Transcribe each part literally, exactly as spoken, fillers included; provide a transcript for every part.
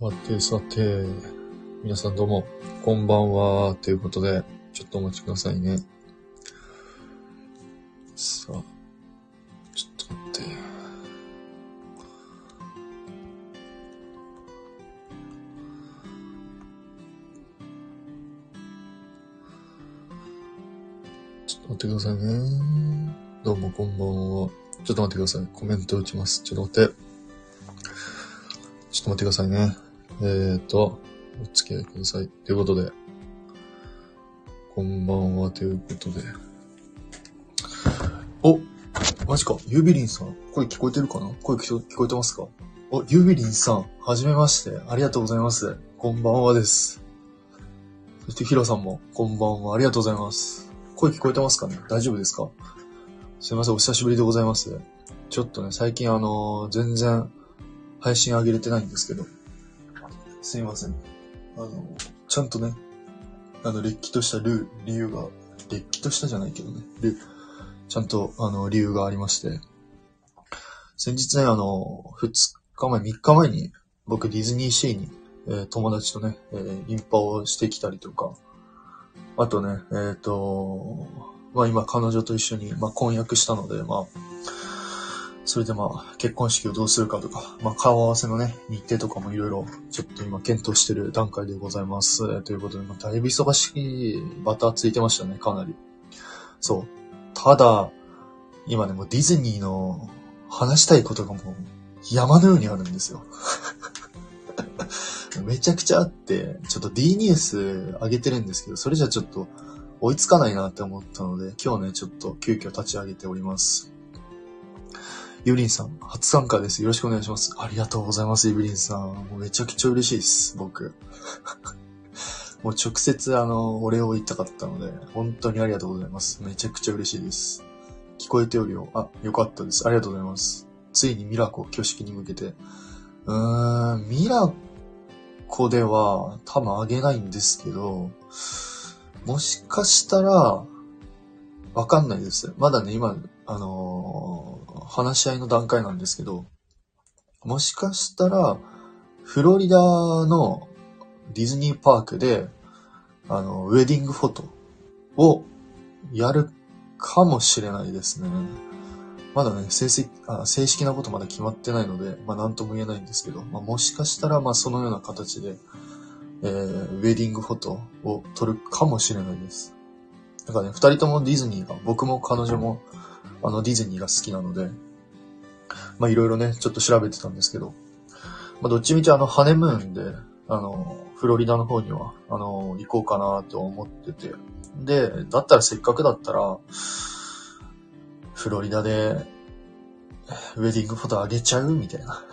さてさて、皆さんどうも、こんばんは、ということで、ちょっとお待ちくださいね。さあ、ちょっと待って。ちょっと待ってくださいね。どうもこんばんは。ちょっと待ってください。コメント打ちます。ちょっと待って。ちょっと待ってくださいね。えーと、お付き合いください。ということで、こんばんはということで。お、マジか。ユービリンさん。声聞こえてるかな？声聞こえてますか？お、ユービリンさん。はじめまして。ありがとうございます。こんばんはです。そしてヒロさんも、こんばんは。ありがとうございます。声聞こえてますかね？大丈夫ですか？すいません。お久しぶりでございます。ちょっとね、最近あのー、全然配信上げれてないんですけど。すいません。あのー、ちゃんとね、あの、れっきとしたルー、理由が、れっきとしたじゃないけどね、ルちゃんと、あの、理由がありまして。先日ね、あの、ふつかまえ、みっかまえに、僕ディズニーシーに、えー、友達とね、えー、インパをしてきたりとか、あとね、えっと、まあ今彼女と一緒に、まあ婚約したので、まあ、それでまあ結婚式をどうするかとか、まあ顔合わせのね、日程とかもいろいろちょっと今検討している段階でございます。ということで、まあ、だいぶ忙しいバターついてましたね、かなり。そう。ただ、今ね、もうディズニーの話したいことがもう山のようにあるんですよ。めちゃくちゃあって、ちょっと D ニュース上げてるんですけど、それじゃちょっと追いつかないなって思ったので、今日ね、ちょっと急遽立ち上げております。ユリンさん、初参加です。よろしくお願いします。ありがとうございます、ユリンさん。もうめちゃくちゃ嬉しいです、僕。もう直接あの、お礼を言いたかったので、本当にありがとうございます。めちゃくちゃ嬉しいです。聞こえておるよ。あ、よかったです。ありがとうございます。ついにミラコ挙式に向けて。うーん、ミラコでは多分あげないんですけど、もしかしたら、わかんないです。まだね、今、あのー、話し合いの段階なんですけど、もしかしたら、フロリダのディズニーパークで、あの、ウェディングフォトをやるかもしれないですね。まだね、正式、あ、正式なことまだ決まってないので、まあなんとも言えないんですけど、まあもしかしたら、まあそのような形で、えー、ウェディングフォトを撮るかもしれないです。だからね、二人ともディズニーが、僕も彼女も、あのディズニーが好きなので、まあいろいろね、ちょっと調べてたんですけど、まあどっちみちあの、ハネムーンで、あの、フロリダの方には、あの、行こうかなと思ってて、で、だったらせっかくだったら、フロリダで、ウェディングフォトあげちゃうみたいな。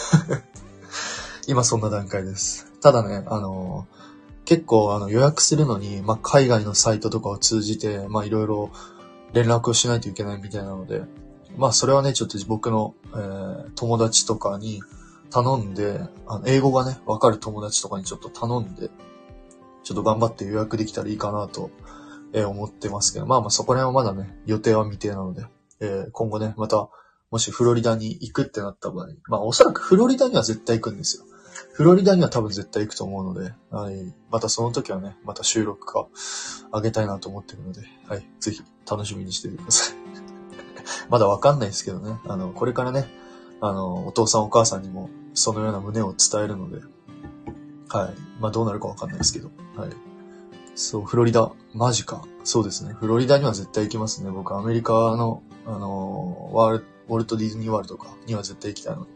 今そんな段階です。ただね、あの、結構あの予約するのに、まあ、海外のサイトとかを通じて、まあ、いろいろ連絡をしないといけないみたいなので、まあ、それはね、ちょっと僕の、えー、友達とかに頼んで、あの英語がね、わかる友達とかにちょっと頼んで、ちょっと頑張って予約できたらいいかなと、えー、思ってますけど、まあまあそこら辺はまだね、予定は未定なので、えー、今後ね、また、もしフロリダに行くってなった場合、まあおそらくフロリダには絶対行くんですよ。フロリダには多分絶対行くと思うので、はい、またその時はね、また収録か上げたいなと思ってるので、はい、ぜひ楽しみにしていてください。まだわかんないですけどね、あの、これからね、あの、お父さんお母さんにもそのような旨を伝えるので、はい、まあどうなるかわかんないですけど、はい。そう、フロリダ、マジか。そうですね。フロリダには絶対行きますね。僕、アメリカの、あのー、ワール、ウォルト・ディズニーワールドかには絶対行きたいので。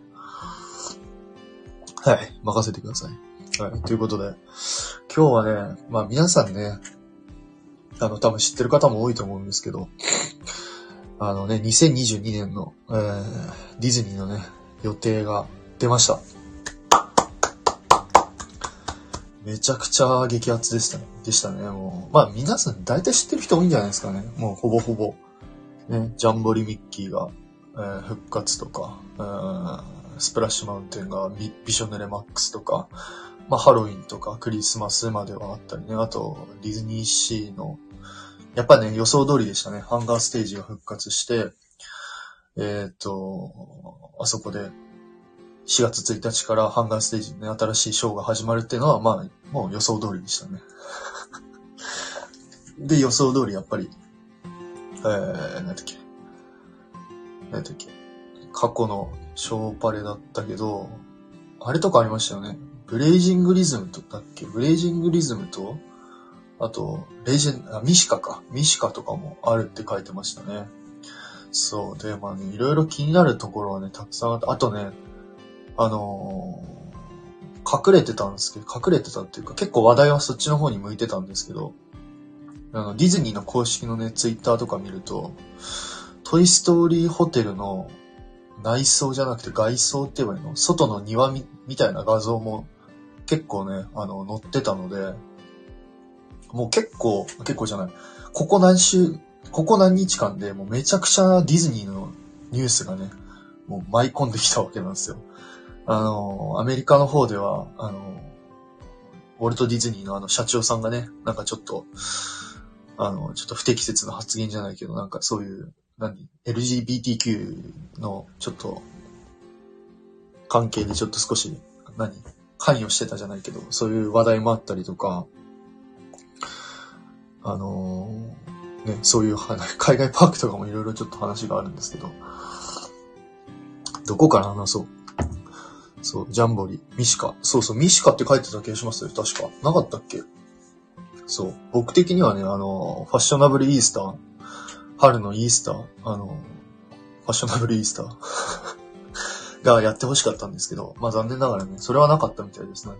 はい。任せてください。はい。ということで、今日はね、まあ皆さんね、あの、多分知ってる方も多いと思うんですけど、あのね、にせんにじゅうにねんの、えー、ディズニーのね、予定が出ました。めちゃくちゃ激アツでしたね。でしたね。もう、まあ皆さん大体知ってる人多いんじゃないですかね。もうほぼほぼ。ね、ジャンボリミッキーが、えー、復活とか、えー、スプラッシュマウンテンがビビショネレマックスとか、まあハロウィンとかクリスマスまではあったりね。あと、ディズニーシーの、やっぱね、予想通りでしたね。ハンガーステージが復活して、えっと、あそこで、 しがつついたちからハンガーステージでね、新しいショーが始まるっていうのは、まあ、もう予想通りでしたね。で、予想通りやっぱり、えー、何だっけ。何だっけ。過去のショーパレだったけど、あれとかありましたよね。ブレイジングリズムとだっけブレイジングリズムと、あと、レジェン、あ、ミシカか。ミシカとかもあるって書いてましたね。そう。で、まあね、いろいろ気になるところはね、たくさんあって、あとね、あのー、隠れてたんですけど、隠れてたっていうか、結構話題はそっちの方に向いてたんですけど、あの、ディズニーの公式のね、ツイッターとか見ると、トイストーリーホテルの内装じゃなくて外装って言えばいいの？外の庭み、みたいな画像も結構ね、あの、載ってたので、もう結構、結構じゃない。ここ何週、ここ何日間でもうめちゃくちゃディズニーのニュースがね、もう舞い込んできたわけなんですよ。あの、アメリカの方では、あの、ウォルト・ディズニーのあの社長さんがね、なんかちょっと、あの、ちょっと不適切な発言じゃないけど、なんかそういう、何 エルジービーティーキュー のちょっと、関係でちょっと少し、何関与してたじゃないけど、そういう話題もあったりとか、あのー、ね、そういう海外パークとかもいろいろちょっと話があるんですけど、どこから話そう。そう、ジャンボリ、ミシカ。そうそう、ミシカって書いてた気がしますよ、確か。なかったっけ？そう。僕的にはね、あの、ファッショナブルイースター、春のイースター、あの、ファッショナブルイースターがやってほしかったんですけど、まあ残念ながらね、それはなかったみたいですね。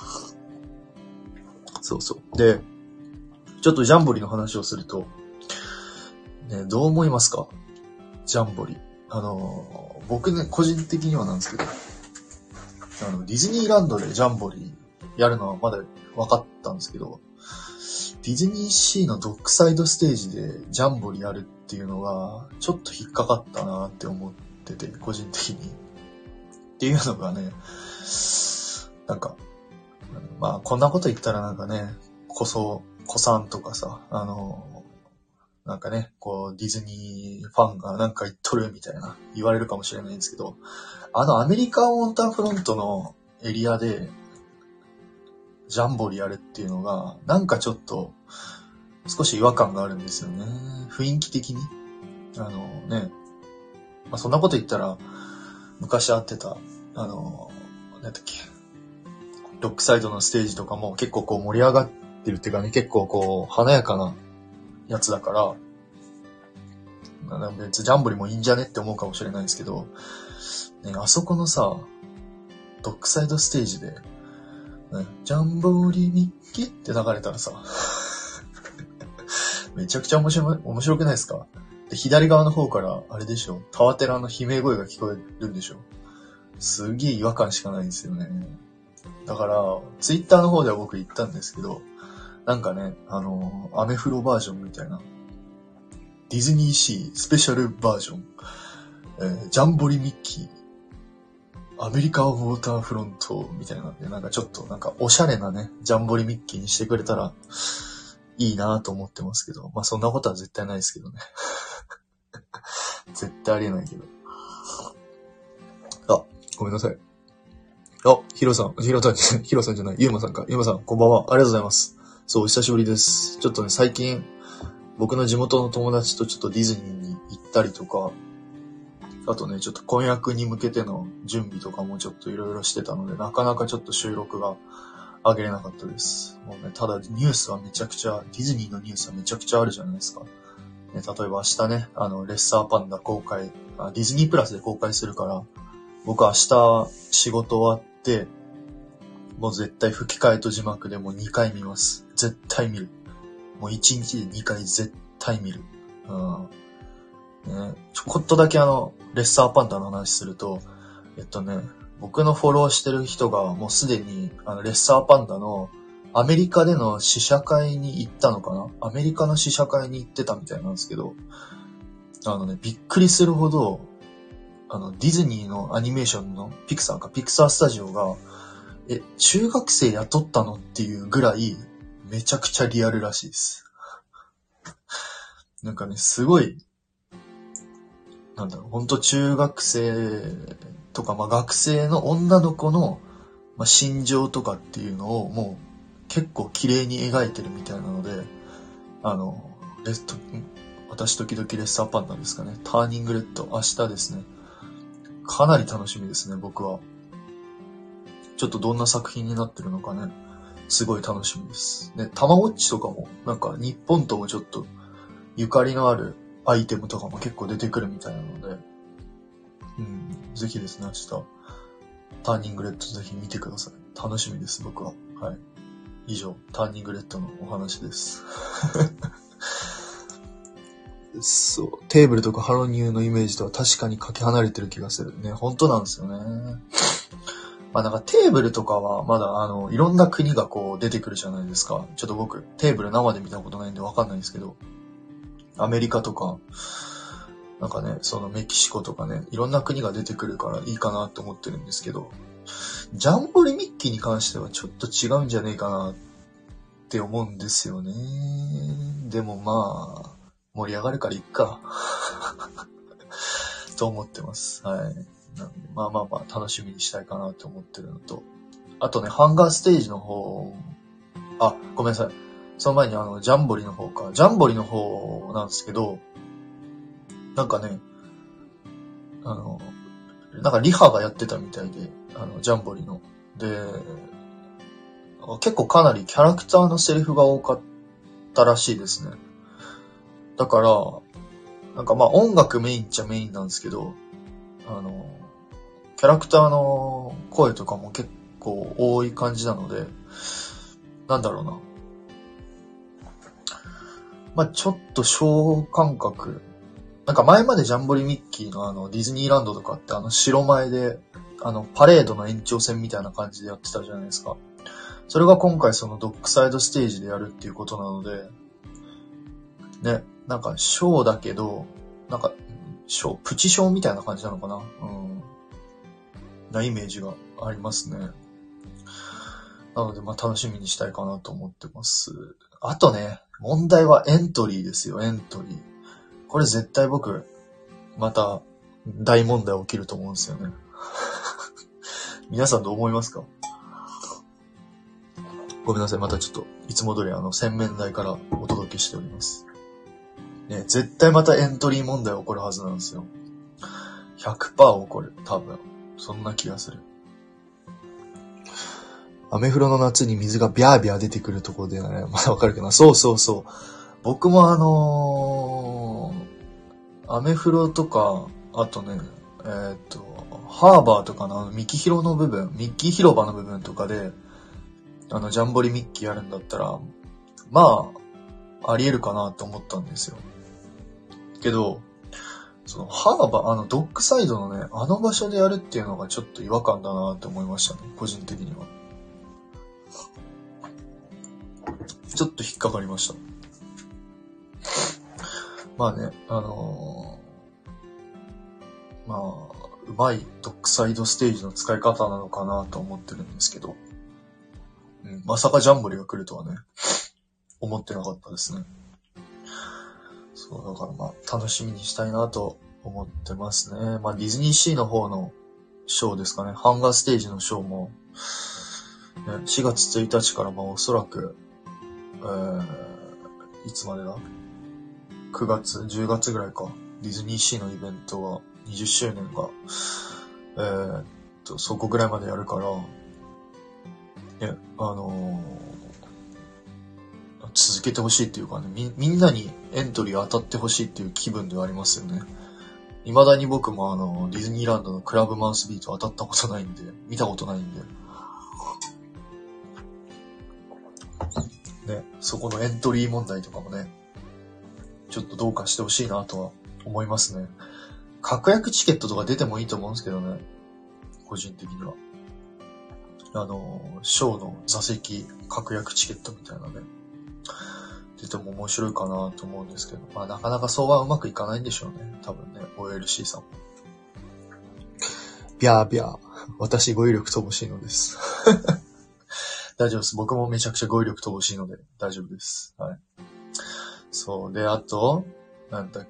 そうそう。で、ちょっとジャンボリの話をすると、ね、どう思いますか？ジャンボリ。あの、僕ね、個人的にはなんですけど、あの、ディズニーランドでジャンボリやるのはまだ分かったんですけど、ディズニーシーのドックサイドステージでジャンボリやるっていうのが、ちょっと引っかかったなって思ってて、個人的に。っていうのがね、なんか、まあこんなこと言ったらなんかね、こそ、子さんとかさ、あの、なんかね、こう、ディズニーファンがなんか言っとるみたいな言われるかもしれないんですけど、あのアメリカンウォーターフロントのエリアで、ジャンボリやるっていうのが、なんかちょっと、少し違和感があるんですよね。雰囲気的に。あのね、まあ、そんなこと言ったら、昔会ってた、あの、なんだっけ、ロックサイドのステージとかも結構こう盛り上がってるっていうかね、結構こう、華やかなやつだから、別にジャンボリもいいんじゃねって思うかもしれないんですけど、ね、あそこのさ、ドックサイドステージで、ね、ジャンボリミッキーって流れたらさ、めちゃくちゃ面白い、面白くないですか？で、左側の方から、あれでしょ、タワテラの悲鳴声が聞こえるんでしょ。すげえ違和感しかないんですよね。だから、ツイッターの方では僕言ったんですけど、なんかね、あの、アメフロバージョンみたいな、ディズニーシースペシャルバージョン、えー、ジャンボリミッキー、アメリカンウォーターフロントみたいなんで、なんかちょっとなんかおしゃれなね、ジャンボリミッキーにしてくれたらいいなと思ってますけど、まあそんなことは絶対ないですけどね。絶対ありえないけど。あ、ごめんなさい。あ、ヒロさん、ヒロさんじゃない、ヒロさんじゃない、ユーマさんか。ユーマさん、こんばんは。ありがとうございます。そう、お久しぶりです。ちょっとね、最近、僕の地元の友達とちょっとディズニーに行ったりとか、あとね、ちょっと婚約に向けての準備とかもちょっといろいろしてたので、なかなかちょっと収録が上げれなかったです。もうね、ただニュースはめちゃくちゃ、ディズニーのニュースはめちゃくちゃあるじゃないですか。ね、例えば明日ね、あの、レッサーパンダ公開、あ、ディズニープラスで公開するから、僕明日仕事終わって、もう絶対吹き替えと字幕でもうにかい見ます。絶対見る。もういちにちでにかい絶対見る。うんね、ちょこっとだけあの、レッサーパンダの話すると、えっとね、僕のフォローしてる人がもうすでに、あの、レッサーパンダのアメリカでの試写会に行ったのかな？アメリカの試写会に行ってたみたいなんですけど、あのね、びっくりするほど、あの、ディズニーのアニメーションのピクサーか、ピクサースタジオが、え、中学生雇ったのっていうぐらい、めちゃくちゃリアルらしいです。なんかね、すごい、 なんだろう、ほんと中学生とか、まあ学生の女の子の、まあ、心情とかっていうのをもう結構綺麗に描いてるみたいなので、あの、レスト、私時々レッサーパンダですかね。ターニングレッド、明日ですね。かなり楽しみですね、僕は。ちょっとどんな作品になってるのかね。すごい楽しみです。ね、たまごっちとかも、なんか日本ともちょっとゆかりのあるアイテムとかも結構出てくるみたいなので、うん、ぜひですね、明日、ターニングレッドぜひ見てください。楽しみです、僕は。はい。以上、ターニングレッドのお話です。そう、テーブルとかハロニューのイメージとは確かにかけ離れてる気がする。ね、本当なんですよね。まあなんかテーブルとかはまだあの、いろんな国がこう出てくるじゃないですか。ちょっと僕、テーブル生で見たことないんでわかんないんですけど、アメリカとか、なんかね、そのメキシコとかね、いろんな国が出てくるからいいかなと思ってるんですけど、ジャンボリミッキーに関してはちょっと違うんじゃねえかなって思うんですよね。でもまあ、盛り上がるからいっか。と思ってます。はい。なんでまあまあまあ楽しみにしたいかなと思ってるのと。あとね、ハンガーステージの方、あ、ごめんなさい。その前にあの、ジャンボリの方か。ジャンボリの方なんですけど、なんかね、あの、なんかリハがやってたみたいで、あの、ジャンボリの。で、結構かなりキャラクターのセリフが多かったらしいですね。だから、なんかまあ音楽メインっちゃメインなんですけど、あの、キャラクターの声とかも結構多い感じなので、なんだろうな。まあちょっと小感覚。なんか前までジャンボリミッキーのあのディズニーランドとかってあの白前で、あのパレードの延長戦みたいな感じでやってたじゃないですか。それが今回そのドックサイドステージでやるっていうことなので、ね、なんかショーだけど、なんか、ショー、プチショーみたいな感じなのかな、うん、なイメージがありますね。なので、まあ楽しみにしたいかなと思ってます。あとね、問題はエントリーですよ、エントリー。これ絶対僕、また大問題起きると思うんですよね。皆さんどう思いますか？ごめんなさい、またちょっと、いつも通りあの、洗面台からお届けしております。ね、絶対またエントリー問題起こるはずなんですよ。ひゃくパーセント起こる。多分。そんな気がする。アメフロの夏に水がビャービャー出てくるところでね、まだわかるかな。そうそうそう。僕もあのー、アメフロとか、あとね、えー、っと、ハーバーとかのあの、ミキヒロの部分、ミッキー広場の部分とかで、あの、ジャンボリミッキーやるんだったら、まあ、あり得るかなと思ったんですよ。けど、その、ハーバー、あの、ドックサイドのね、あの場所でやるっていうのがちょっと違和感だなって思いましたね、個人的には。ちょっと引っかかりました。まあね、あのー、まあ、うまいドックサイドステージの使い方なのかなと思ってるんですけど、うん、まさかジャンボリが来るとはね、思ってなかったですね。そう、だからまあ、楽しみにしたいなと思ってますね。まあ、ディズニーシーの方のショーですかね。ハンガーステージのショーも、ね、しがつついたちからまあおそらく、えー、いつまでだ ?く 月、じゅうがつぐらいか。ディズニーシーのイベントがにじゅっしゅうねんが、えーっと、そこぐらいまでやるから、ね、あのー、続けてほしいっていうかね、み、みんなにエントリー当たってほしいっていう気分ではありますよね。未だに僕もあの、ディズニーランドのクラブマウスビート当たったことないんで、見たことないんで。ね、そこのエントリー問題とかもね、ちょっとどうかしてほしいなとは思いますね。確約チケットとか出てもいいと思うんですけどね。個人的には。あの、ショーの座席確約チケットみたいなね。出ても面白いかなと思うんですけど。まあなかなかそうはうまくいかないんでしょうね。多分ね、オーエルシー さんも。ビャービャー。私語彙力乏しいのです。大丈夫です。僕もめちゃくちゃ語彙力乏しいので大丈夫です。はい。そう。で、あと、なんだっけ。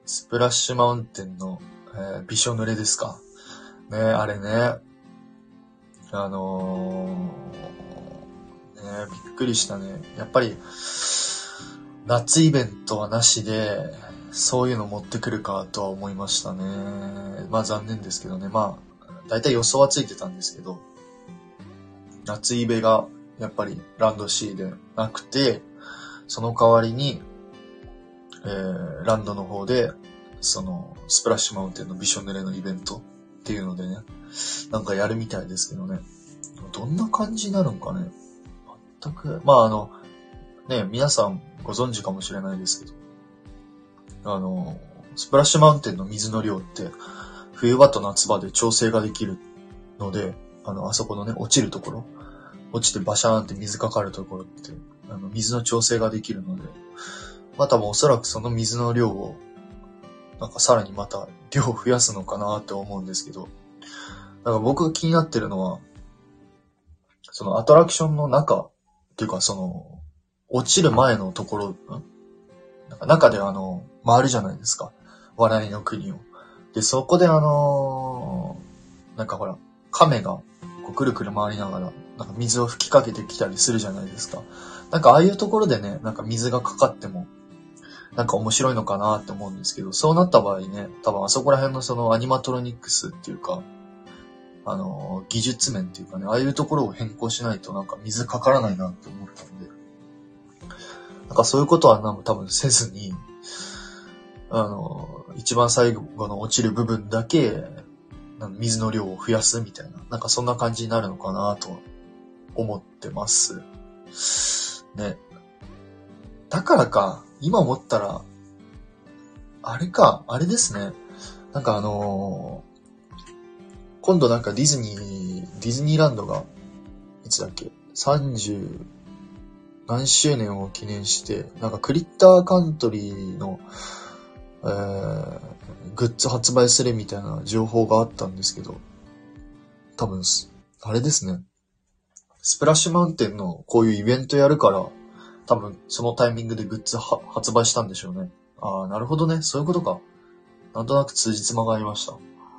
スプラッシュマウンテンの、えー、びしょ濡れですか。ね、あれね。あのー、ね、びっくりしたね。やっぱり、夏イベントはなしで、そういうの持ってくるかとは思いましたね。まあ残念ですけどね。まあ、だいたい予想はついてたんですけど、夏イベがやっぱりランド C でなくて、その代わりに、えー、ランドの方で、その、スプラッシュマウンテンのびしょ濡れのイベントっていうのでね、なんかやるみたいですけどね。どんな感じになるんかね。全く、まああの、ね、皆さんご存知かもしれないですけど、あの、スプラッシュマウンテンの水の量って、冬場と夏場で調整ができるので、あの、あそこのね、落ちるところ、落ちてバシャーンって水かかるところって、あの、水の調整ができるので、まあ多分おそらくその水の量を、なんかさらにまた量を増やすのかなって思うんですけど、だから僕が気になってるのは、そのアトラクションの中、っていうかその、落ちる前のところ、なんか中であの、回るじゃないですか。笑いの国を。で、そこであのー、なんかほら、亀がこうくるくる回りながら、なんか水を吹きかけてきたりするじゃないですか。なんかああいうところでね、なんか水がかかっても、なんか面白いのかなって思うんですけど、そうなった場合ね、多分あそこら辺のそのアニマトロニクスっていうか、あのー、技術面っていうかね、ああいうところを変更しないとなんか水かからないなって思ったんで、なんかそういうことはなんか多分せずに、あのー、一番最後の落ちる部分だけ、水の量を増やすみたいな、なんかそんな感じになるのかなと思ってます。ね。だからか、今思ったら、あれか、あれですね。なんかあのー、今度なんかディズニー、ディズニーランドが、いつだっけ ?さんじゅう 何周年を記念して、なんかクリッターカントリーの、えー、グッズ発売するみたいな情報があったんですけど、多分、あれですね。スプラッシュマウンテンのこういうイベントやるから、多分そのタイミングでグッズは発売したんでしょうね。ああ、なるほどね。そういうことか。なんとなく通じつまがありました。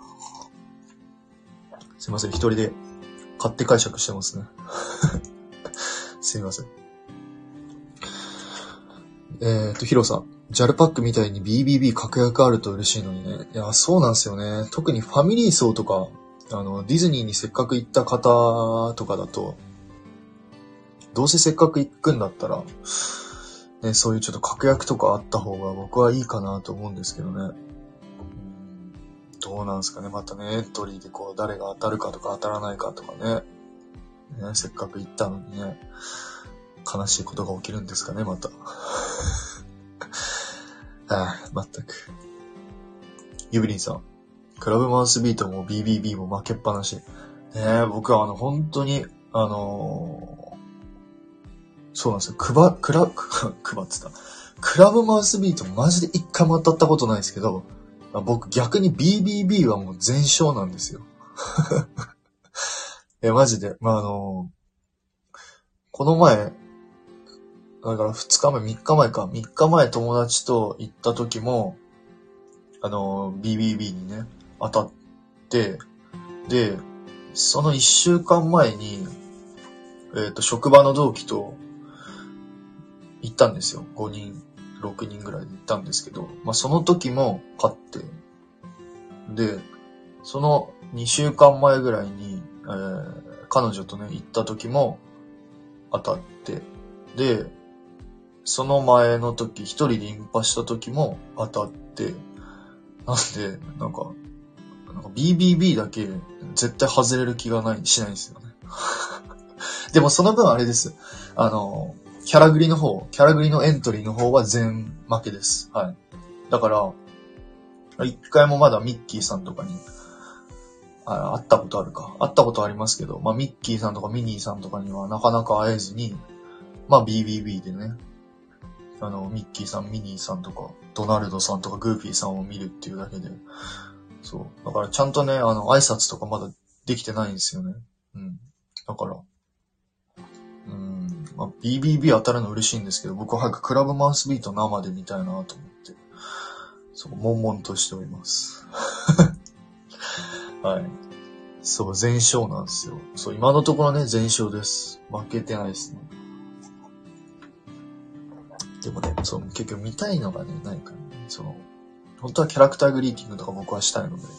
すいません。一人で勝手解釈してますね。すいません。えーと、ヒロさん。ジャルパックみたいに ビービービー 確約あると嬉しいのにね。いや、そうなんですよね。特にファミリー層とか、あの、ディズニーにせっかく行った方とかだと、どうせせっかく行くんだったら、ね、そういうちょっと確約とかあった方が僕はいいかなと思うんですけどね。うん、どうなんですかね。またね、エントリーでこう、誰が当たるかとか当たらないかとかね。ね、せっかく行ったのにね、悲しいことが起きるんですかね、また。ああ、まったく。ユブリンさん。クラブマウスビートも ビービービー も負けっぱなし。ねえ、僕はあの、本当に、あのー、そうなんですよ。クバ、クラ、クバって言った。クラブマウスビートマジで一回も当たったことないですけど、僕逆に ビービービー はもう全勝なんですよ。え、マジで。まあ、あのー、この前、だからふつかめ、みっかまえか。みっかまえ友達と行った時も、あのー、ビービービー にね、当たって、で、そのいっしゅうかんまえに、えっと、職場の同期と行ったんですよ。ごにん、ろくにんぐらいで行ったんですけど、まあ、その時も勝って、で、そのにしゅうかんまえぐらいに、えー、彼女とね、行った時も当たって、で、その前の時、一人でインパした時も当たって、なんで、なんか、なんか ビービービー だけ絶対外れる気がない、しないんですよね。でもその分あれです。あの、キャラグリの方、キャラグリのエントリーの方は全負けです。はい。だから、一回もまだミッキーさんとかに、あ、会ったことあるか。会ったことありますけど、まあミッキーさんとかミニーさんとかにはなかなか会えずに、まあ ビービービー でね、あの、ミッキーさん、ミニーさんとか、ドナルドさんとかグーフィーさんを見るっていうだけで、そう。だからちゃんとね、あの、挨拶とかまだできてないんですよね。うん。だから、うん、まあ、ビービービー 当たるの嬉しいんですけど、僕は早くクラブマウスビート生で見たいなと思って。 そう、悶々としております。はい。そう、全勝なんですよ。そう、今のところね、全勝です。負けてないですね。でもね、そう、結局見たいのがね、ないからね。その、本当はキャラクターグリーティングとか僕はしたいので。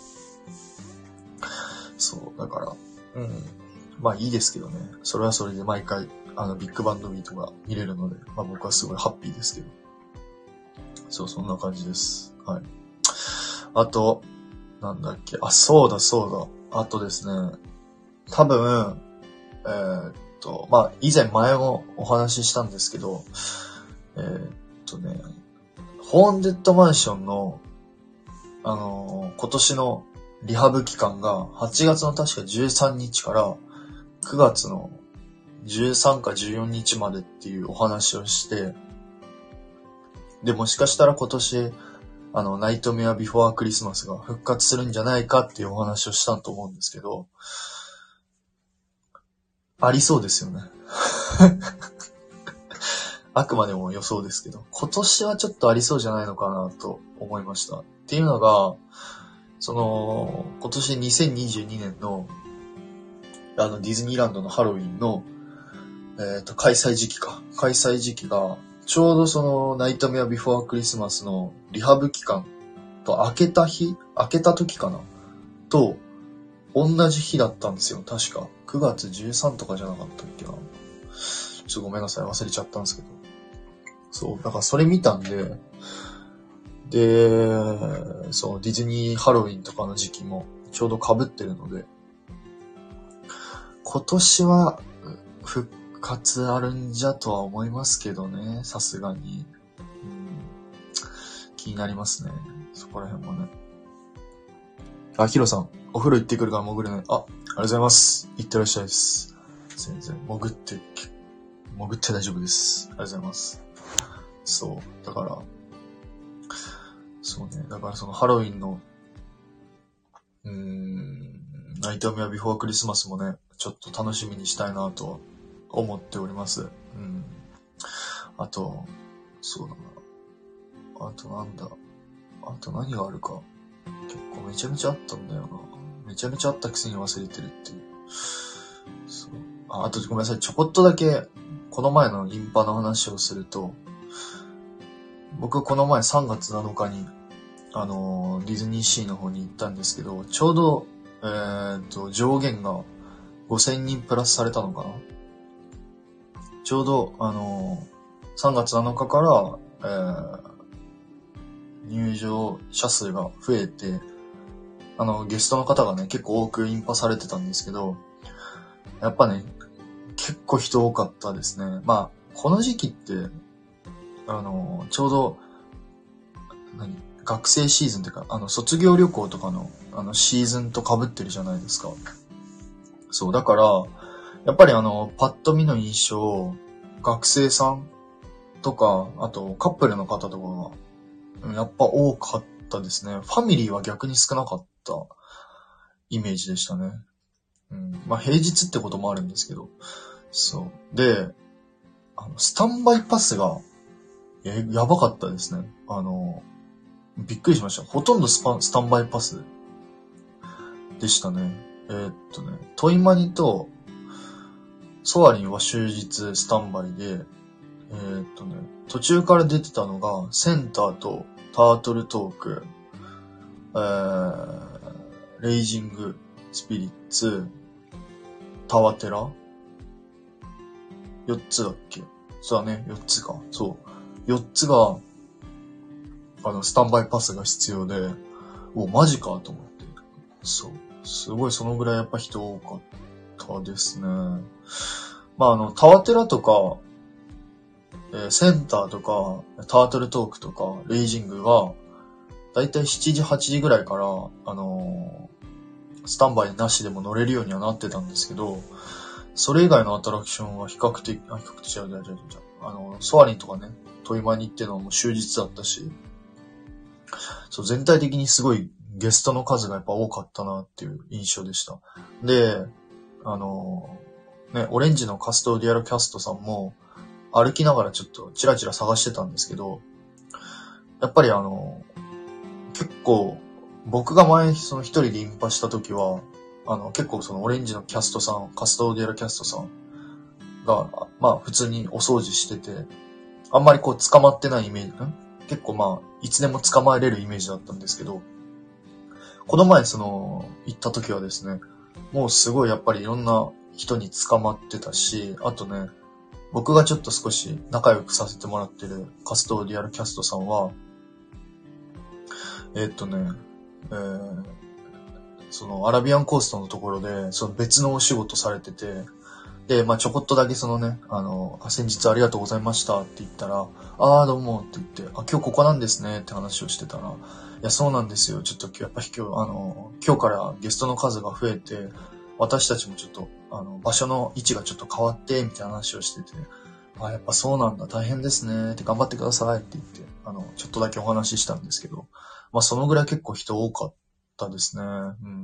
そう、だから、うん。まあいいですけどね。それはそれで毎回、あの、ビッグバンドミートが見れるので、まあ僕はすごいハッピーですけど。そう、そんな感じです。はい。あと、なんだっけ。あ、そうだそうだ。あとですね。多分、えー、っと、まあ、以前前もお話ししたんですけど、えー、っとね、ホーンデッドマンションの、あのー、今年のリハブ期間がはちがつの確かじゅうさんにちからくがつのじゅうさんかじゅうよっかまでっていうお話をして、で、もしかしたら今年、あの、ナイトメアビフォークリスマスが復活するんじゃないかっていうお話をしたと思うんですけど、ありそうですよね。あくまでも予想ですけど、今年はちょっとありそうじゃないのかなと思いました。っていうのが、その、今年にせんにじゅうにねんの、あの、ディズニーランドのハロウィンの、えっと、開催時期か。開催時期が、ちょうどその、ナイトメアビフォークリスマスのリハブ期間と明けた日明けた時かなと、同じ日だったんですよ、確か。くがつじゅうさんとかじゃなかったっけな。ちょっとごめんなさい、忘れちゃったんですけど。そう、だからそれ見たんで、で、そのディズニーハロウィンとかの時期もちょうど被ってるので、今年は復活あるんじゃとは思いますけどね、さすがに、うん。気になりますね、そこら辺もね。あ、ヒロさん、お風呂行ってくるから潜るね。あ、ありがとうございます。行ってらっしゃいです。全然、潜って、潜って大丈夫です。ありがとうございます。そう、だから、そうね、だからそのハロウィンの、うーん、ナイトメアビフォークリスマスもね、ちょっと楽しみにしたいなと思っております。うん。あと、そうだな。あとなんだ。あと何があるか。結構めちゃめちゃあったんだよな。めちゃめちゃあったくせに忘れてるっていう。そう。あ、あとごめんなさい。ちょこっとだけ、この前のインパの話をすると、僕この前さんがつなのかに、あのー、ディズニーシーの方に行ったんですけど、ちょうど、えーっと、上限がごせんにんプラスされたのかな。ちょうど、あのー、さんがつなのかから、えー、入場者数が増えて、あの、ゲストの方がね、結構多くインパされてたんですけど、やっぱね、結構人多かったですね。まあ、この時期って、あの、ちょうど、何学生シーズンっていうか、あの、卒業旅行とかの、あの、シーズンと被ってるじゃないですか。そう、だから、やっぱりあの、パッと見の印象、学生さんとか、あとカップルの方とかが、やっぱ多かったですね。ファミリーは逆に少なかったイメージでしたね。うん、まあ平日ってこともあるんですけど。そう。で、あの、スタンバイパスが、え、やばかったですね。あの、びっくりしました。ほとんどスパ、スタンバイパスでしたね。えー、っとね、トイマニとソアリンは終日スタンバイで、えー、っとね、途中から出てたのが、センターとタートルトーク、えー、レイジングスピリッツ、タワテラよっつだっけ？そうだね、よっつか。そう。よっつが、あの、スタンバイパスが必要で、お、マジかと思って。そう。すごいそのぐらいやっぱ人多かったですね。まあ、あの、タワテラとか、えー、センターとか、タートルトークとか、レイジングは、だいたいしちじ、はちじぐらいから、あのー、スタンバイなしでも乗れるようにはなってたんですけど、それ以外のアトラクションは比較的、あ、比較的違う違う違う違う。あの、ソアリンとかね、トイマニっていうのはもう終日だったし、そう、全体的にすごいゲストの数がやっぱ多かったなっていう印象でした。で、あの、ね、オレンジのカストディアルキャストさんも歩きながらちょっとチラチラ探してたんですけど、やっぱりあの、 結構、僕が前、その一人でインパした時は、あの、結構そのオレンジのキャストさん、カストーディアルキャストさんが、まあ普通にお掃除してて、あんまりこう捕まってないイメージ、ん結構まあ、いつでも捕まえれるイメージだったんですけど、この前その、行った時はですね、もうすごいやっぱりいろんな人に捕まってたし、あとね、僕がちょっと少し仲良くさせてもらってるカストーディアルキャストさんは、えーっとね、えー、そのアラビアンコーストのところで、その別のお仕事されてて、で、まあちょこっとだけそのね、あの、あ先日ありがとうございましたって言ったら、ああ、どうもって言って、あ、今日ここなんですねって話をしてたら、いや、そうなんですよ。ちょっと今日、やっぱり今日、あの、今日からゲストの数が増えて、私たちもちょっと、あの、場所の位置がちょっと変わって、みたいな話をしてて、あ、やっぱそうなんだ、大変ですねって頑張ってくださいって言って、あの、ちょっとだけお話ししたんですけど、まあそのぐらい結構人多かったですね。うん。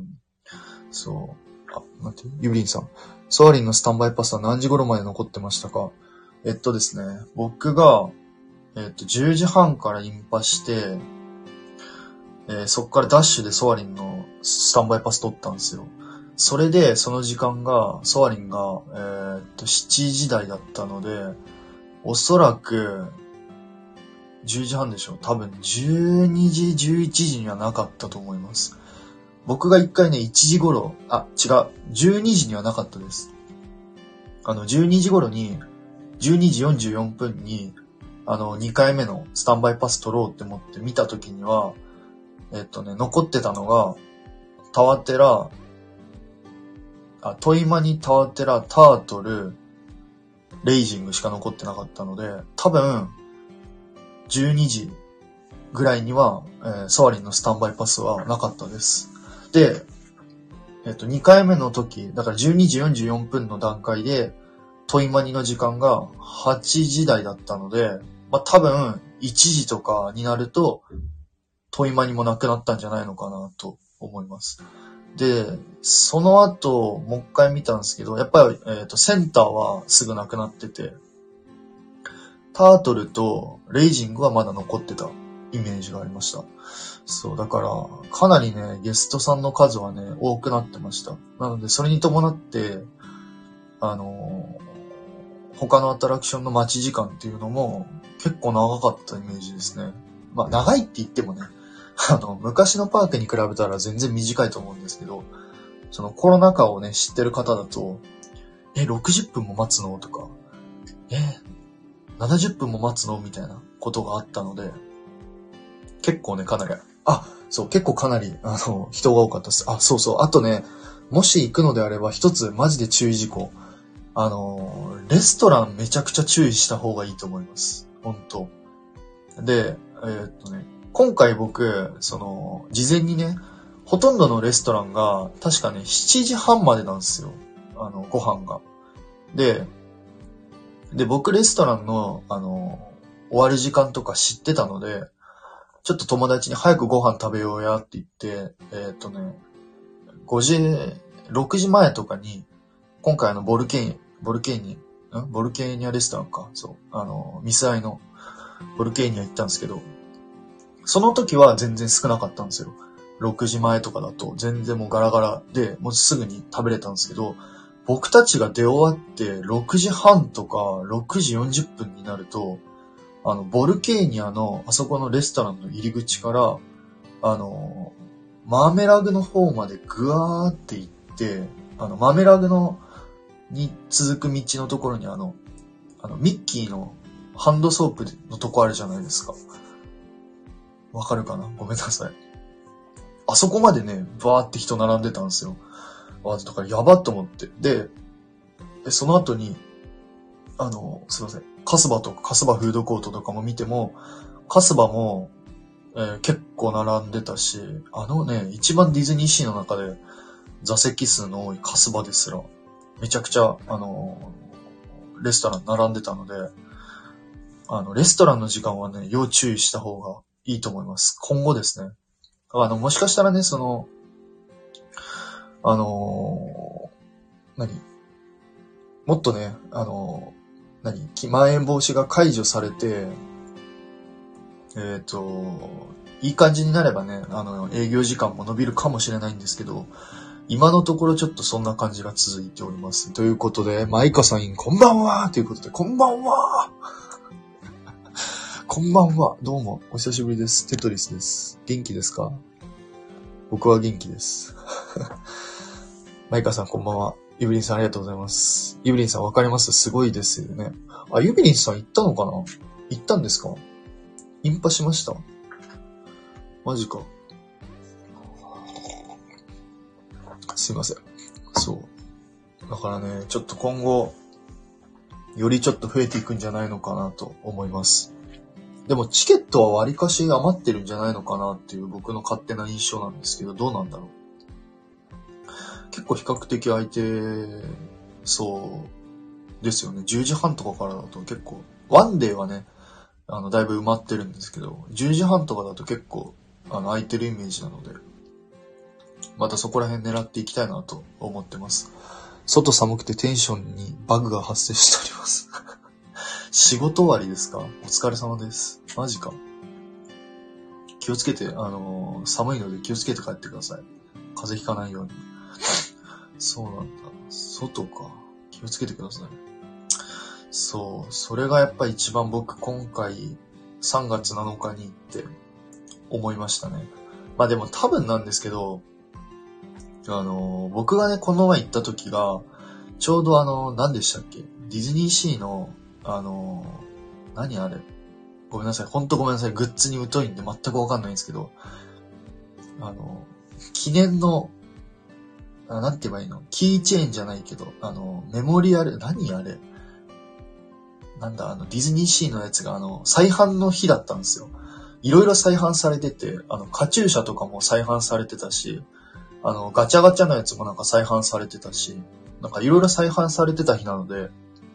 そう。あ、待って、ユブリンさん。ソアリンのスタンバイパスは何時頃まで残ってましたか？えっとですね、僕が、えっと、じゅうじはんからインパして、えーそっからダッシュでソアリンのスタンバイパス取ったんですよ。それで、その時間が、ソアリンが、えーっと、しちじ台だったので、おそらく、じゅうじはんでしょ。多分、じゅうにじ、じゅういちじにはなかったと思います。僕が一回ね、いちじ頃、あ、違う、じゅうにじにはなかったです。あの、じゅうにじ頃に、じゅうにじよんじゅうよんぷんに、あの、にかいめのスタンバイパス取ろうって思って見たときには、えっとね、残ってたのが、タワテラ、あ、トイマニ、タワテラ、タートル、レイジングしか残ってなかったので、多分、じゅうにじぐらいには、えー、ソアリンのスタンバイパスはなかったです。で、えっと、にかいめの時、だからじゅうにじよんじゅうよんぷんの段階で、トイマニの時間がはちじ台だったので、まあ、多分、いちじとかになると、トイマニもなくなったんじゃないのかなと思います。で、その後、もう一回見たんですけど、やっぱり、えっと、センターはすぐなくなってて、タートルとレイジングはまだ残ってたイメージがありました。そう、だから、かなりね、ゲストさんの数はね、多くなってました。なので、それに伴って、あのー、他のアトラクションの待ち時間っていうのも結構長かったイメージですね。まあ、長いって言ってもね、あの、昔のパークに比べたら全然短いと思うんですけど、そのコロナ禍をね、知ってる方だと、え、ろくじゅっぷんも待つのとか、え、ななじゅっぷんも待つのみたいなことがあったので、結構ね、かなり、あ、そう、結構かなり、あの、人が多かったです。あ、そうそう。あとね、もし行くのであれば、一つマジで注意事項。あの、レストランめちゃくちゃ注意した方がいいと思います。本当で、えーっとね、今回僕、その、事前にね、ほとんどのレストランが、確かね、しちじはんまでなんですよ。あの、ご飯が。で、で、僕レストランの、あの、終わる時間とか知ってたので、ちょっと友達に早くご飯食べようやって言って、えーっとね、ごじ、ろくじまえとかに、今回あの、ボルケーニ、ボルケーニ、んボルケーニャレストランか。そう。あの、ミスアイのボルケーニャ行ったんですけど、その時は全然少なかったんですよ。ろくじまえとかだと全然もうガラガラで、もうすぐに食べれたんですけど、僕たちが出終わってろくじはんとかろくじよんじゅっぷんになると、あの、ボルケーニャのあそこのレストランの入り口から、あの、マーメラグの方までぐわーって行って、あの、マーメラグのに続く道のところにあの、あの、ミッキーのハンドソープのとこあるじゃないですか。わかるかな？ごめんなさい。あそこまでね、バーって人並んでたんですよ。あ、だからやばっと思って。で、でその後に、あの、すいません。カスバとか、カスバフードコートとかも見ても、カスバも、えー結構並んでたし、あのね、一番ディズニーシーの中で座席数の多いカスバですら、めちゃくちゃ、あの、レストラン並んでたので、あの、レストランの時間はね、要注意した方がいいと思います。今後ですね。あの、もしかしたらね、その、あのー何もっとね、あのー何まん延防止が解除されて、えっと、 いい感じになればね、あの、営業時間も伸びるかもしれないんですけど、今のところちょっとそんな感じが続いております。ということで、マイカさん、こんばんはということで、こんばんはこんばんは。どうも、お久しぶりです。テトリスです。元気ですか？僕は元気です。マイカさん、こんばんは。ユビリンさん、ありがとうございます。ユビリンさん、わかります？すごいですよね。あ、ユビリンさん行ったのかな？行ったんですか？インパしました？マジか。すいません。そう。だからね、ちょっと今後、よりちょっと増えていくんじゃないのかなと思います。でもチケットは割かし余ってるんじゃないのかなっていう僕の勝手な印象なんですけど、どうなんだろう。結構比較的空いてそうですよね。じゅうじはんとかからだと結構、ワンデーはね、あの、だいぶ埋まってるんですけど、じゅうじはんとかだと結構、あの、空いてるイメージなので、またそこら辺狙っていきたいなと思ってます。外寒くてテンションにバグが発生しております。仕事終わりですか？お疲れ様です。マジか。気をつけて、あのー、寒いので気をつけて帰ってください。風邪ひかないように。そうなんだ。外か。気をつけてください。そう、それがやっぱり一番僕今回さんがつなのかに行って思いましたね。まあでも多分なんですけど、あのー、僕がね、この前行った時が、ちょうどあのー、何でしたっけ？ディズニーシーの、あのー、何あれ？ごめんなさい。ほんとごめんなさい。グッズに疎いんで全くわかんないんですけど、あのー、記念の、あ、なんて言えばいいの？キーチェーンじゃないけど、あのー、メモリアル、何あれ？なんだ、あの、ディズニーシーのやつが、あの、再販の日だったんですよ。いろいろ再販されてて、あの、カチューシャとかも再販されてたし、あの、ガチャガチャのやつもなんか再販されてたし、なんかいろいろ再販されてた日なので、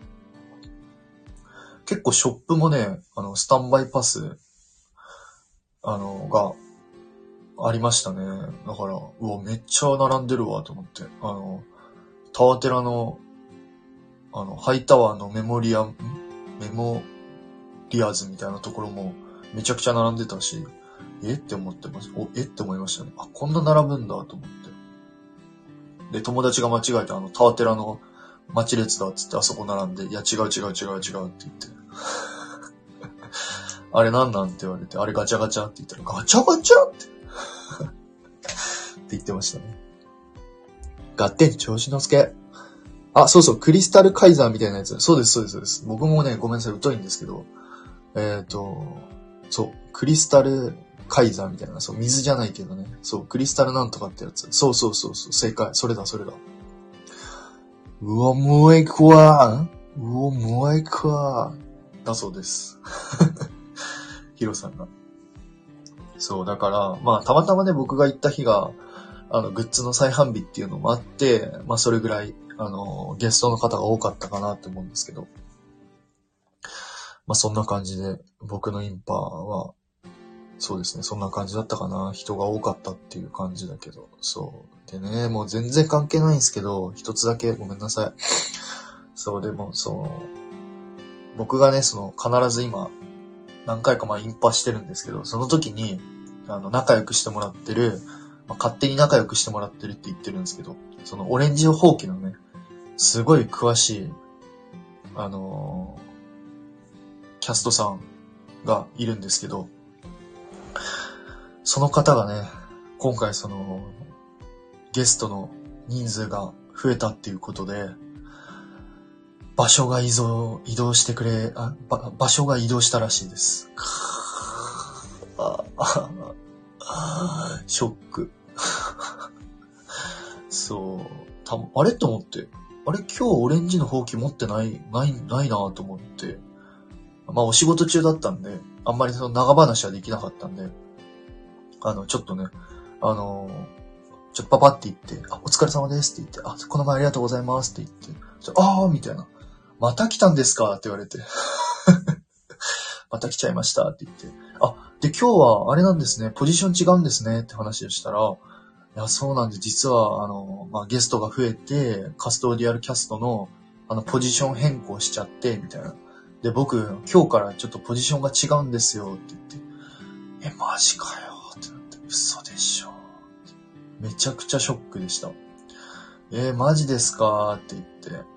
結構ショップもね、あの、スタンバイパス、あの、がありましたね。だから、うわ、めっちゃ並んでるわ、と思って。あの、タワテラの、あの、ハイタワーのメモリアム、メモリアーズみたいなところもめちゃくちゃ並んでたし、えって思ってました。お、えって思いましたね。あ、こんな並ぶんだと思って。で、友達が間違えてあの、タワテラの待ち列だっつってあそこ並んで、いや違う違う違う違うって言って。あれなんなんって言われて、あれガチャガチャって言ったら、ガチャガチャって。って言ってましたね。ガッテン調子の助。あ、そうそう、クリスタルカイザーみたいなやつ。そうです、そうです、そうです。僕もね、ごめんなさい、疎いんですけど、えっと、そう、クリスタルカイザーみたいな、そう、水じゃないけどね。そう、クリスタルなんとかってやつ。そうそうそう、そう正解。それだ、それだ。うわ、もう行くわ。うわ、もう行くわ。だそうです。ヒロさんが。そう、だから、まあ、たまたまね、僕が行った日が、あの、グッズの再販日っていうのもあって、まあ、それぐらい、あの、ゲストの方が多かったかなと思うんですけど。まあ、そんな感じで、僕のインパは、そうですね、そんな感じだったかな。人が多かったっていう感じだけど。そう。でね、もう全然関係ないんですけど、一つだけごめんなさい。そう、でも、その、僕がね、その、必ず今、何回かまあインパしてるんですけど、その時に、あの、仲良くしてもらってる、まあ、勝手に仲良くしてもらってるって言ってるんですけど、そのオレンジほうきのね、すごい詳しい、あのー、キャストさんがいるんですけど、その方がね、今回その、ゲストの人数が増えたっていうことで、場所が移動、移動してくれ、あ、ば場所が移動したらしいです。ああショック。そう。たあれと思って。あれ今日オレンジのほうき持ってない、ない、ないなと思って。まあお仕事中だったんで、あんまりその長話はできなかったんで、あの、ちょっとね、あのー、ちょっとパパって言って、あ、お疲れ様ですって言って、あ、この前ありがとうございますって言って、あーみたいな。また来たんですかって言われて。また来ちゃいましたって言って。あ、で今日はあれなんですね、ポジション違うんですねって話をしたら、いや、そうなんで、実は、あの、まあ、ゲストが増えて、カストディアルキャストの、あの、ポジション変更しちゃって、みたいな。で、僕、今日からちょっとポジションが違うんですよって言って、え、マジかよ嘘でしょ。めちゃくちゃショックでした。えー、マジですかって言って。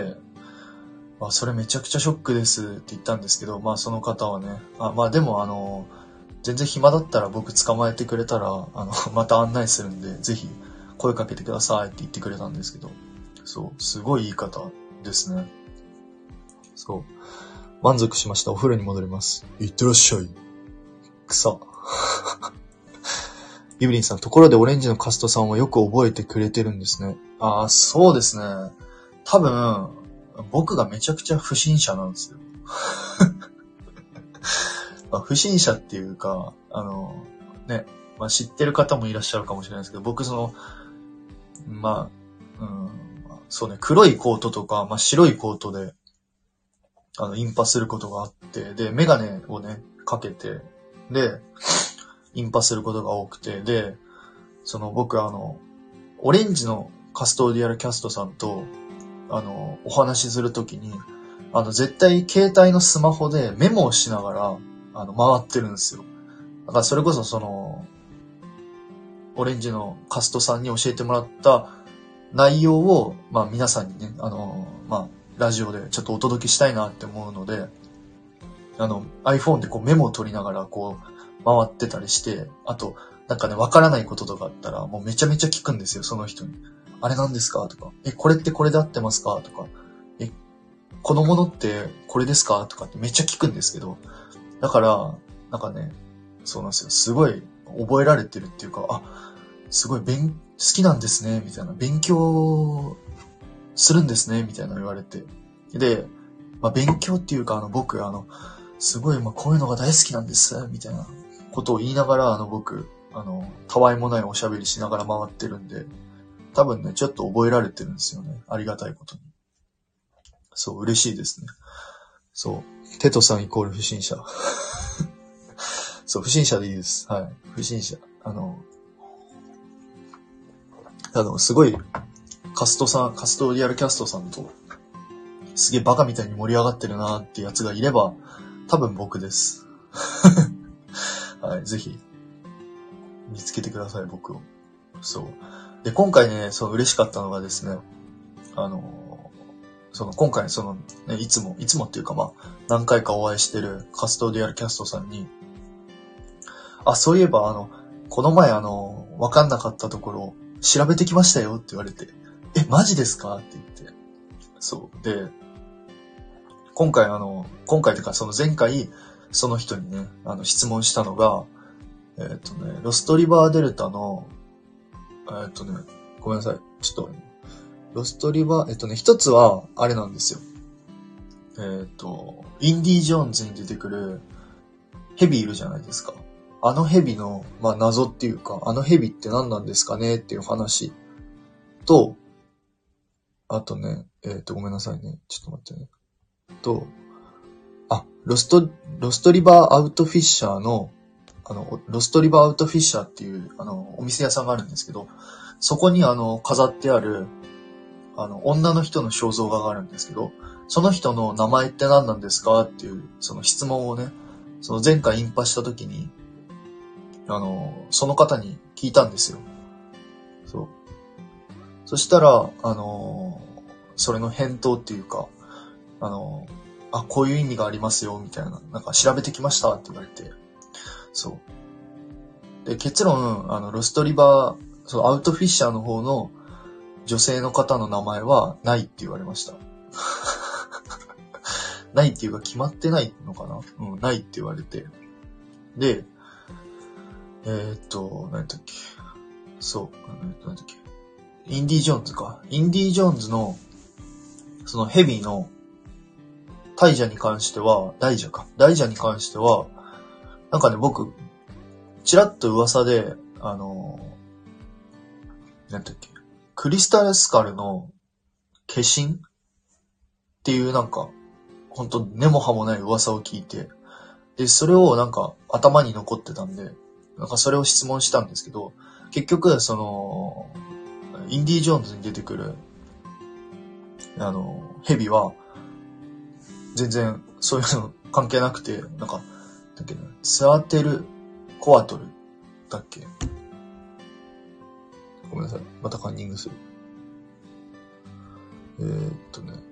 で、まあ、それめちゃくちゃショックですって言ったんですけど、まあその方はね、あまあでもあの、全然暇だったら僕捕まえてくれたら、あの、また案内するんで、ぜひ声かけてくださいって言ってくれたんですけど、そう、すごいいい方ですね。そう。満足しました。お風呂に戻ります。いってらっしゃい。草。ユビリンさん、ところでオレンジのカストさんはよく覚えてくれてるんですね。ああ、そうですね。多分、僕がめちゃくちゃ不審者なんですよ。まあ、不審者っていうか、あの、ね、まあ、知ってる方もいらっしゃるかもしれないですけど、僕その、まあ、うん、そうね、黒いコートとか、まあ、白いコートで、あの、インパすることがあって、で、メガネをね、かけて、で、インパすることが多くて、で、その僕あの、オレンジのカストーディアルキャストさんと、あの、お話しするときに、あの、絶対携帯のスマホでメモをしながら、あの、回ってるんですよ。だからそれこそその、オレンジのカストさんに教えてもらった内容を、まあ皆さんにね、あの、まあ、ラジオでちょっとお届けしたいなって思うので、あの、iPhone でこうメモを取りながらこう、回ってたりして、あと、なんかね、わからないこととかあったら、もうめちゃめちゃ聞くんですよ、その人に。あれなんですかとか、え、これってこれで合ってますかとか、え、このものってこれですかとかってめっちゃ聞くんですけど、だから、なんかね、そうなんですよ。すごい覚えられてるっていうか、あ、すごい勉、好きなんですね、みたいな。勉強するんですね、みたいな言われて。で、まあ、勉強っていうか、あの、僕、あの、すごい、まあ、こういうのが大好きなんです、みたいなことを言いながら、あの、僕、あの、たわいもないおしゃべりしながら回ってるんで、多分ね、ちょっと覚えられてるんですよね。ありがたいことに。そう、嬉しいですね。そう。テトさんイコール不審者。そう、不審者でいいです。はい。不審者。あの、あの、すごい、カストさん、カストリアルキャストさんと、すげえバカみたいに盛り上がってるなーってやつがいれば、多分僕です。はい、ぜひ、見つけてください、僕を。そう。で、今回ね、そう、嬉しかったのがですね、あの、その、今回、その、ね、いつも、いつもっていうかまあ、何回かお会いしてるカストディアルキャストさんに、あ、そういえば、あの、この前あの、わかんなかったところ、調べてきましたよって言われて、え、マジですかって言って。そう。で、今回あの、今回というかその前回、その人にね、あの、質問したのが、えっとね、ロストリバーデルタの、えっとね、ごめんなさい。ちょっと、ロストリバー、えっとね、一つは、あれなんですよ。えっと、インディ・ジョーンズに出てくる、ヘビいるじゃないですか。あのヘビの、まあ、謎っていうか、あのヘビって何なんですかねっていう話と、あとね、えっと、ごめんなさいね。ちょっと待ってね。と、あ、ロスト、ロストリバーアウトフィッシャーの、あの、ロストリバーアウトフィッシャーっていう、あの、お店屋さんがあるんですけど、そこにあの、飾ってある、あの、女の人の肖像画があるんですけど、その人の名前って何なんですかっていう、その質問をね、その前回インパした時に、あの、その方に聞いたんですよ。そう。そしたら、あの、それの返答っていうか、あの、あ、こういう意味がありますよ、みたいな、なんか調べてきましたって言われて、そう。で、結論、あの、ロストリバー、そのアウトフィッシャーの方の女性の方の名前はないって言われました。ないっていうか決まってないのかな、うん、ないって言われて。で、えー、っと、何だっけ。そう、何だっけ。インディ・ジョーンズか。インディ・ジョーンズの、そのヘビの大蛇に関しては、大蛇か。大蛇に関しては、なんかね、僕、ちらっと噂で、あの、何だっけ。クリスタルスカルの化身っていうなんか、ほんと根も葉もない噂を聞いて、で、それをなんか頭に残ってたんで、なんかそれを質問したんですけど、結局、その、インディ・ジョーンズに出てくる、あの、ヘビは、全然そういうの関係なくて、なんか、だっけな、ツアテル・コアトルっったっけ？ごめんなさい。またカンニングする。えー、っとね。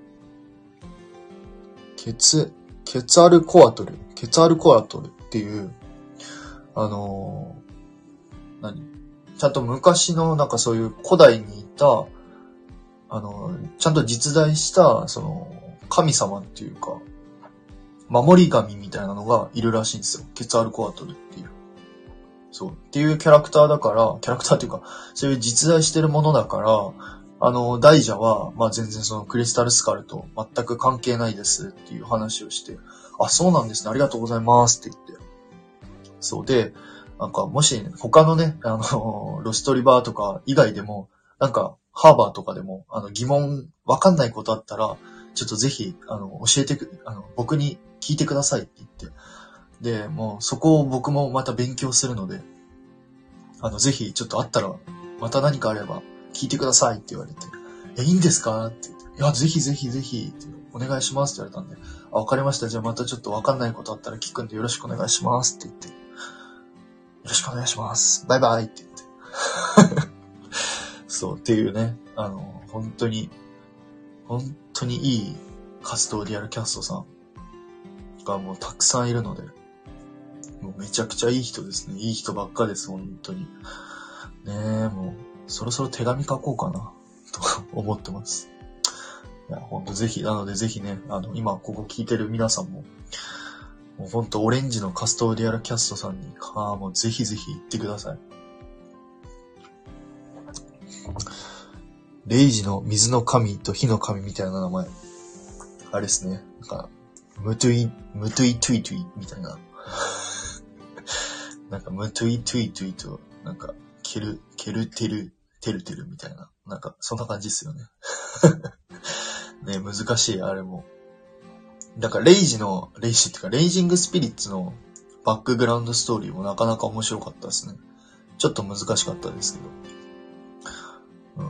ケツ、ケツアルコアトル。ケツアルコアトルっていう、あのー、何ちゃんと昔のなんかそういう古代にいた、あのー、ちゃんと実在した、その、神様っていうか、守り神みたいなのがいるらしいんですよ。ケツアルコアトルっていう。そう。っていうキャラクターだから、キャラクターっていうか、そういう実在してるものだから、あの、大蛇は、まあ全然そのクリスタルスカルと全く関係ないですっていう話をして、あ、そうなんですね、ありがとうございますって言って。そうで、なんかもし、ね、他のね、あの、ロストリバーとか以外でも、なんか、ハーバーとかでも、あの、疑問、わかんないことあったら、ちょっとぜひ、あの、教えてく、あの、僕に聞いてくださいって言って。で、もうそこを僕もまた勉強するので、あの、ぜひちょっとあったら、また何かあれば聞いてくださいって言われて、え、いいんですかって言って、いや、ぜひぜひぜひってお願いしますって言われたんで、あ、わかりました。じゃあまたちょっとわかんないことあったら聞くんでよろしくお願いしますって言って、よろしくお願いします。バイバイって言って。そう、っていうね、あの、本当に、本当にいいカストーディアルキャストさんがもうたくさんいるので、もうめちゃくちゃいい人ですね。いい人ばっかです、本当に。ねえ、もう、そろそろ手紙書こうかな、と思ってます。いや、ほんとぜひ、なのでぜひね、あの、今ここ聞いてる皆さんも、もうほんとオレンジのカストーディアルキャストさんに、ああ、もうぜひぜひ行ってください。レイジの水の神と火の神みたいな名前。あれですね。なんか、ムトゥイ、ムトゥイトゥイトゥイみたいな。なんか、ムトゥイトゥイトゥイと、なんか、ケル、ケルテル、テルテルみたいな。なんか、そんな感じですよね。ね、難しい、あれも。だから、レイジの、レイジっていうか、レイジングスピリッツのバックグラウンドストーリーもなかなか面白かったですね。ちょっと難しかったですけど。うん、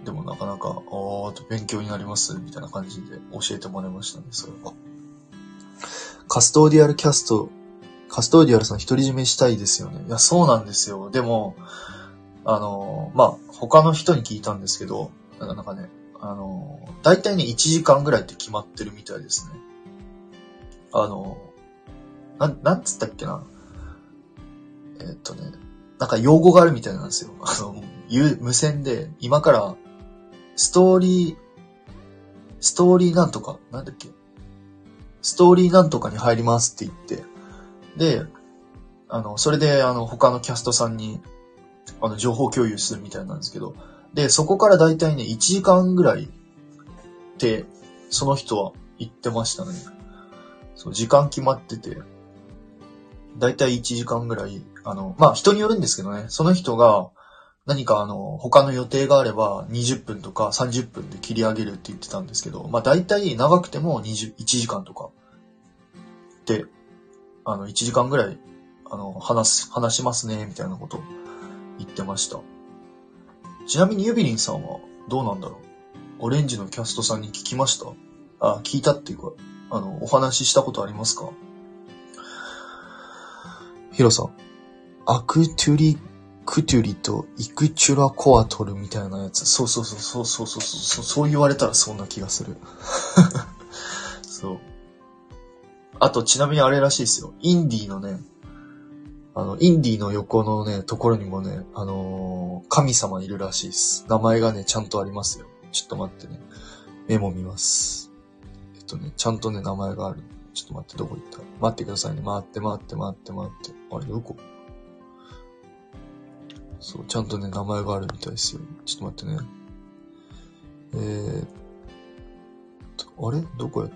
でもなかなか、おーと勉強になります、みたいな感じで教えてもらいましたね、それは。カストーディアルキャスト、カストーディアルさん独り占めしたいですよね。いや、そうなんですよ。でも、あの、まあ、他の人に聞いたんですけど、なんかね、あの、だいたいね、いちじかんぐらいって決まってるみたいですね。あの、なん、なんつったっけな。えーっとね、なんか用語があるみたいなんですよ。あの、無線で、今から、ストーリー、ストーリーなんとか、なんだっけ。ストーリーなんとかに入りますって言って、で、あの、それで、あの、他のキャストさんに、あの、情報共有するみたいなんですけど、で、そこからだいたいね、いちじかんぐらいって、その人は言ってましたね。そう、時間決まってて、だいたいいちじかんぐらい、あの、まあ、人によるんですけどね、その人が、何かあの、他の予定があれば、にじゅっぷんとかさんじゅっぷんで切り上げるって言ってたんですけど、まあ、だいたい長くてもにじゅう、いちじかんとか、で、あの、いちじかんぐらい、あの、話す、話しますね、みたいなこと言ってました。ちなみにユビリンさんはどうなんだろう？オレンジのキャストさんに聞きました？あ、聞いたっていうか、あの、お話ししたことありますか？ヒロさん、アクトゥリクトゥリとイクチュラコアトルみたいなやつ。そうそうそうそうそうそうそう、そう言われたらそんな気がする。そう。あと、ちなみにあれらしいですよ。インディーのね、あの、インディーの横のね、ところにもね、あのー、神様いるらしいです。名前がね、ちゃんとありますよ。ちょっと待ってね。メモ見ます。えっとね、ちゃんとね、名前がある。ちょっと待って、どこ行った？待ってくださいね。回って回って回って回って。あれ、どこ？そう、ちゃんとね、名前があるみたいですよ。ちょっと待ってね。えーっと、あれ？どこやった？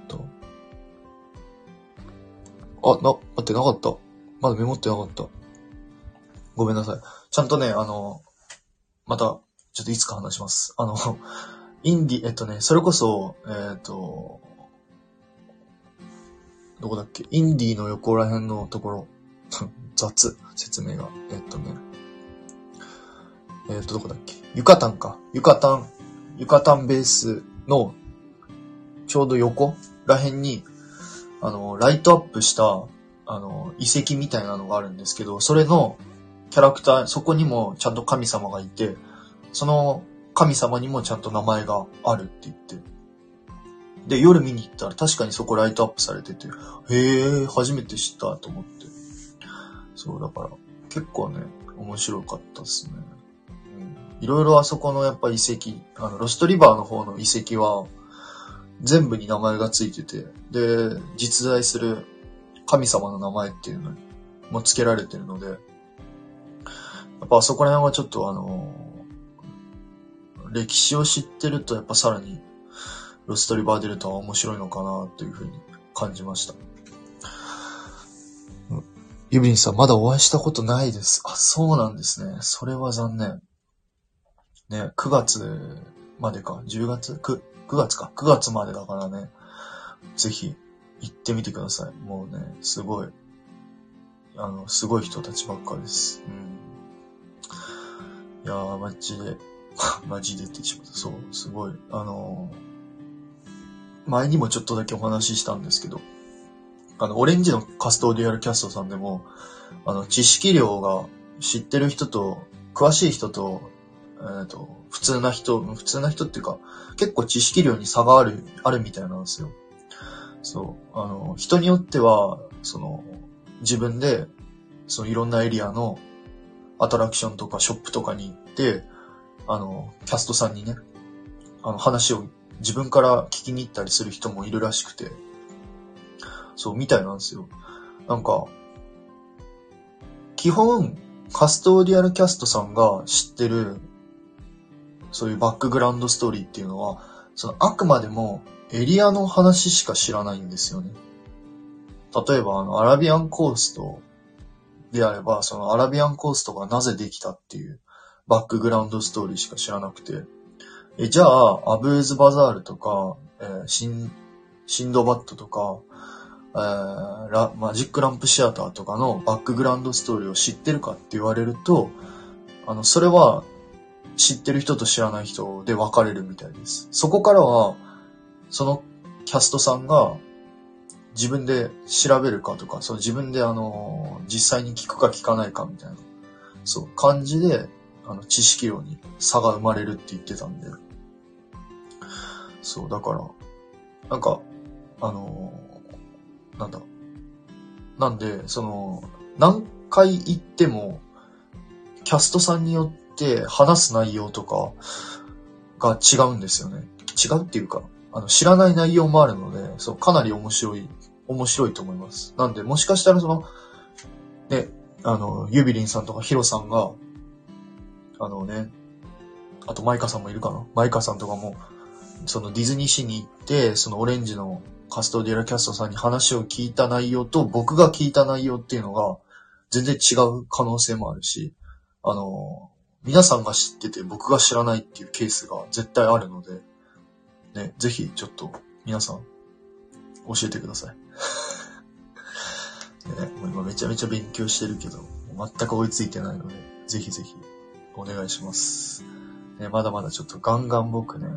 あ、な、待って、なかった。まだメモってなかった。ごめんなさい。ちゃんとね、あの、また、ちょっといつか話します。あの、インディ、えっとね、それこそ、えーっと、どこだっけ？インディの横ら辺のところ、雑、説明が。えっとね、えっと、どこだっけ？ユカタンか。ユカタン、ユカタンベースの、ちょうど横ら辺に、あの、ライトアップした、あの、遺跡みたいなのがあるんですけど、それの、 キャラクター、そこにもちゃんと神様がいて、その神様にもちゃんと名前があるって言って。で、夜見に行ったら確かにそこライトアップされてて、へえ、初めて知ったと思って。そう、だから結構ね、面白かったですね。いろいろあそこのやっぱ遺跡、あの、ロストリバーの方の遺跡は、全部に名前がついてて、で、実在する神様の名前っていうのも付けられてるので、やっぱあそこら辺はちょっとあの、歴史を知ってるとやっぱさらに、ロストリバーデルタは面白いのかなというふうに感じました。ユビンさん、まだお会いしたことないです。あ、そうなんですね。それは残念。ね、くがつまでか、じゅうがつ 9, 9月か、くがつまでだからね、ぜひ行ってみてください。もうね、すごい、あの、すごい人たちばっかです。うん。いやー、マジで、マジでって言ってしまった。そう、すごい。あのー、前にもちょっとだけお話ししたんですけど、あの、オレンジのカストーディアルキャストさんでも、あの、知識量が知ってる人と、詳しい人と、えーと、普通な人、普通な人っていうか、結構知識量に差がある、あるみたいなんですよ。そう。あの、人によっては、その、自分で、そのいろんなエリアのアトラクションとかショップとかに行って、あの、キャストさんにね、あの、話を自分から聞きに行ったりする人もいるらしくて、そう、みたいなんですよ。なんか、基本、カストーディアルキャストさんが知ってる、そういうバックグラウンドストーリーっていうのは、その、あくまでもエリアの話しか知らないんですよね。例えば、あの、アラビアンコーストであれば、そのアラビアンコーストがなぜできたっていうバックグラウンドストーリーしか知らなくて、え、じゃあ、アブーズバザールとか、えー、シン、シンドバッドとか、えー、ラ、マジックランプシアターとかのバックグラウンドストーリーを知ってるかって言われると、あの、それは知ってる人と知らない人で分かれるみたいです。そこからは、そのキャストさんが自分で調べるかとか、そう自分であの、実際に聞くか聞かないかみたいな、そう、感じで、あの、知識量に差が生まれるって言ってたんで。そう、だから、なんか、あの、なんだ。なんで、その、何回行っても、キャストさんによって話す内容とかが違うんですよね。違うっていうか、あの、知らない内容もあるので、そう、かなり面白い、面白いと思います。なんで、もしかしたらその、ね、あの、ユビリンさんとかヒロさんが、あのね、あとマイカさんもいるかな？マイカさんとかも、そのディズニーシーに行って、そのオレンジのカストディアルキャストさんに話を聞いた内容と僕が聞いた内容っていうのが全然違う可能性もあるし、あの、皆さんが知ってて僕が知らないっていうケースが絶対あるので、ね、ぜひちょっと皆さん教えてください。ね、もう今めちゃめちゃ勉強してるけど、全く追いついてないので、ぜひぜひお願いします。ね、まだまだちょっとガンガン僕ね、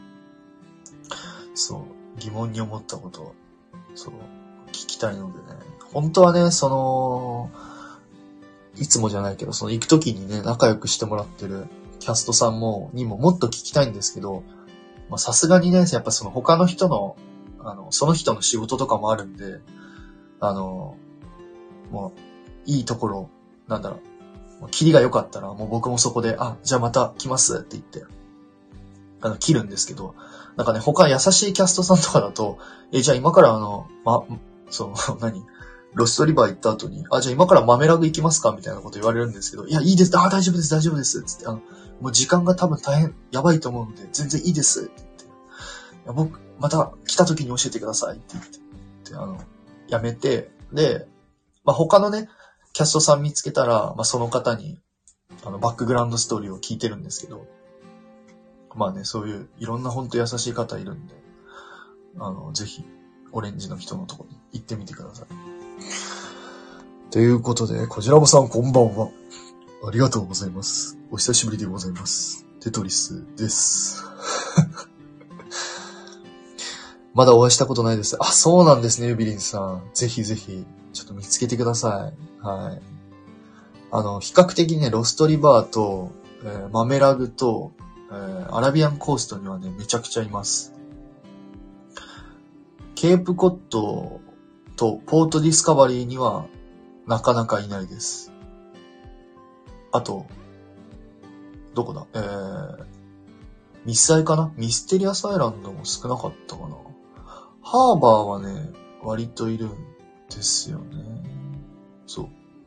そう、疑問に思ったことを、そう、聞きたいのでね。本当はね、その、いつもじゃないけど、その行くときにね、仲良くしてもらってるキャストさんも、にももっと聞きたいんですけど、まあさすがにね、やっぱその他の人の、あの、その人の仕事とかもあるんで、あの、もう、いいところ、なんだろう、キリが良かったら、もう僕もそこで、あ、じゃあまた来ますって言って、あの、切るんですけど、なんかね、他優しいキャストさんとかだと、え、じゃあ今からあの、ま、そう、何ロストリバー行った後に、あ、じゃあ今からマメラグ行きますかみたいなこと言われるんですけど、いや、いいです。あ、大丈夫です、大丈夫です。つって、あの、もう時間が多分大変、やばいと思うんで、全然いいです。って言って、いや僕、また来た時に教えてください。って言って、で、あの、やめて、で、まあ、他のね、キャストさん見つけたら、まあ、その方に、あの、バックグラウンドストーリーを聞いてるんですけど、まあね、そういう、いろんなほんと優しい方いるんで、あの、ぜひ、オレンジの人のところに行ってみてください。ということで、こちらもさんこんばんは。ありがとうございます。お久しぶりでございます。テトリスです。まだお会いしたことないです。あ、そうなんですね、ユビリンさん。ぜひぜひ、ちょっと見つけてください。はい。 あの、比較的ね、ロストリバーと、えー、マメラグと、えー、アラビアンコーストにはね、めちゃくちゃいます。ケープコットとポートディスカバリーにはなかなかいないです。あと、どこだえー、ミスアイかなミステリアスアイランドも少なかったかな。ハーバーはね、割といるんですよね。そう。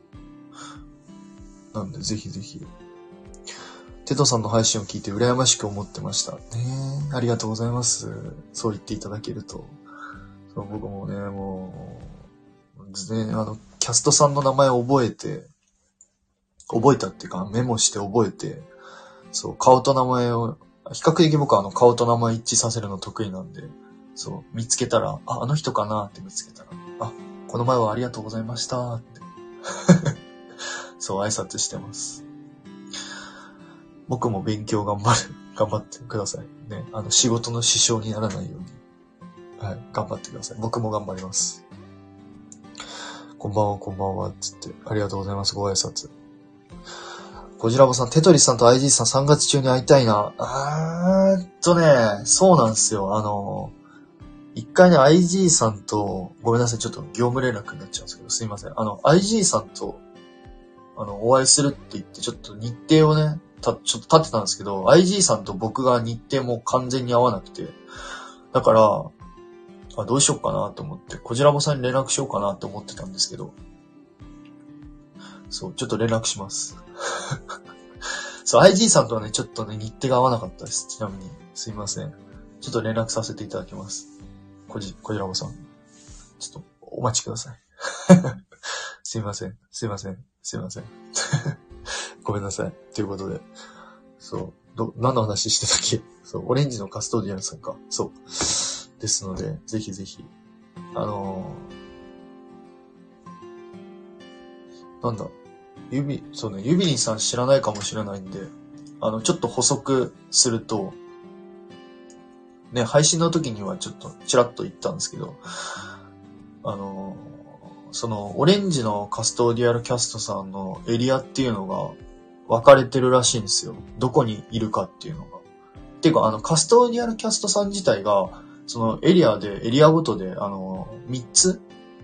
なんで、ぜひぜひ。テトさんの配信を聞いて羨ましく思ってました。ねえ、ありがとうございます。そう言っていただけると。そう僕もね、もう、ね、あの、キャストさんの名前を覚えて、覚えたっていうか、メモして覚えて、そう、顔と名前を、比較的僕はあの、顔と名前一致させるの得意なんで、そう、見つけたら、あ、あの人かなって見つけたら、あ、この前はありがとうございましたって。そう、挨拶してます。僕も勉強頑張る、頑張ってください。ね、あの、仕事の支障にならないように。はい、頑張ってください。僕も頑張ります。こんばんは、こんばんは、つって、ありがとうございます、ご挨拶。ゴジラボさん、テトリスさんと アイジー さんさんがつ中に会いたいな。あーっとね、そうなんですよ。あの、一回ね、アイジー さんと、ごめんなさい、ちょっと業務連絡になっちゃうんですけど、すいません。あの、アイジー さんと、あの、お会いするって言って、ちょっと日程をね、た、ちょっと立ってたんですけど、アイジー さんと僕が日程も完全に合わなくて、だから、あ、どうしようかなと思って、こじらぼさんに連絡しようかなと思ってたんですけど、そう、ちょっと連絡します。そう、アイジー さんとはね、ちょっとね、日程が合わなかったです。ちなみに。すいません。ちょっと連絡させていただきます。こじ、こじらぼさん。ちょっと、お待ちください。すいません。すいません。すいません。ごめんなさい。ということで。そう。ど、何の話してたっけ？そう、オレンジのカストディアンさんか。そう。ですので、ぜひぜひ。あのー、なんだ。ユビ、そうね、ユビリンさん知らないかもしれないんで、あの、ちょっと補足すると、ね、配信の時にはちょっとちらっと言ったんですけど、あの、その、オレンジのカストーディアルキャストさんのエリアっていうのが分かれてるらしいんですよ。どこにいるかっていうのが。っていうか、あの、カストーディアルキャストさん自体が、そのエリアで、エリアごとで、あの、みっつん ?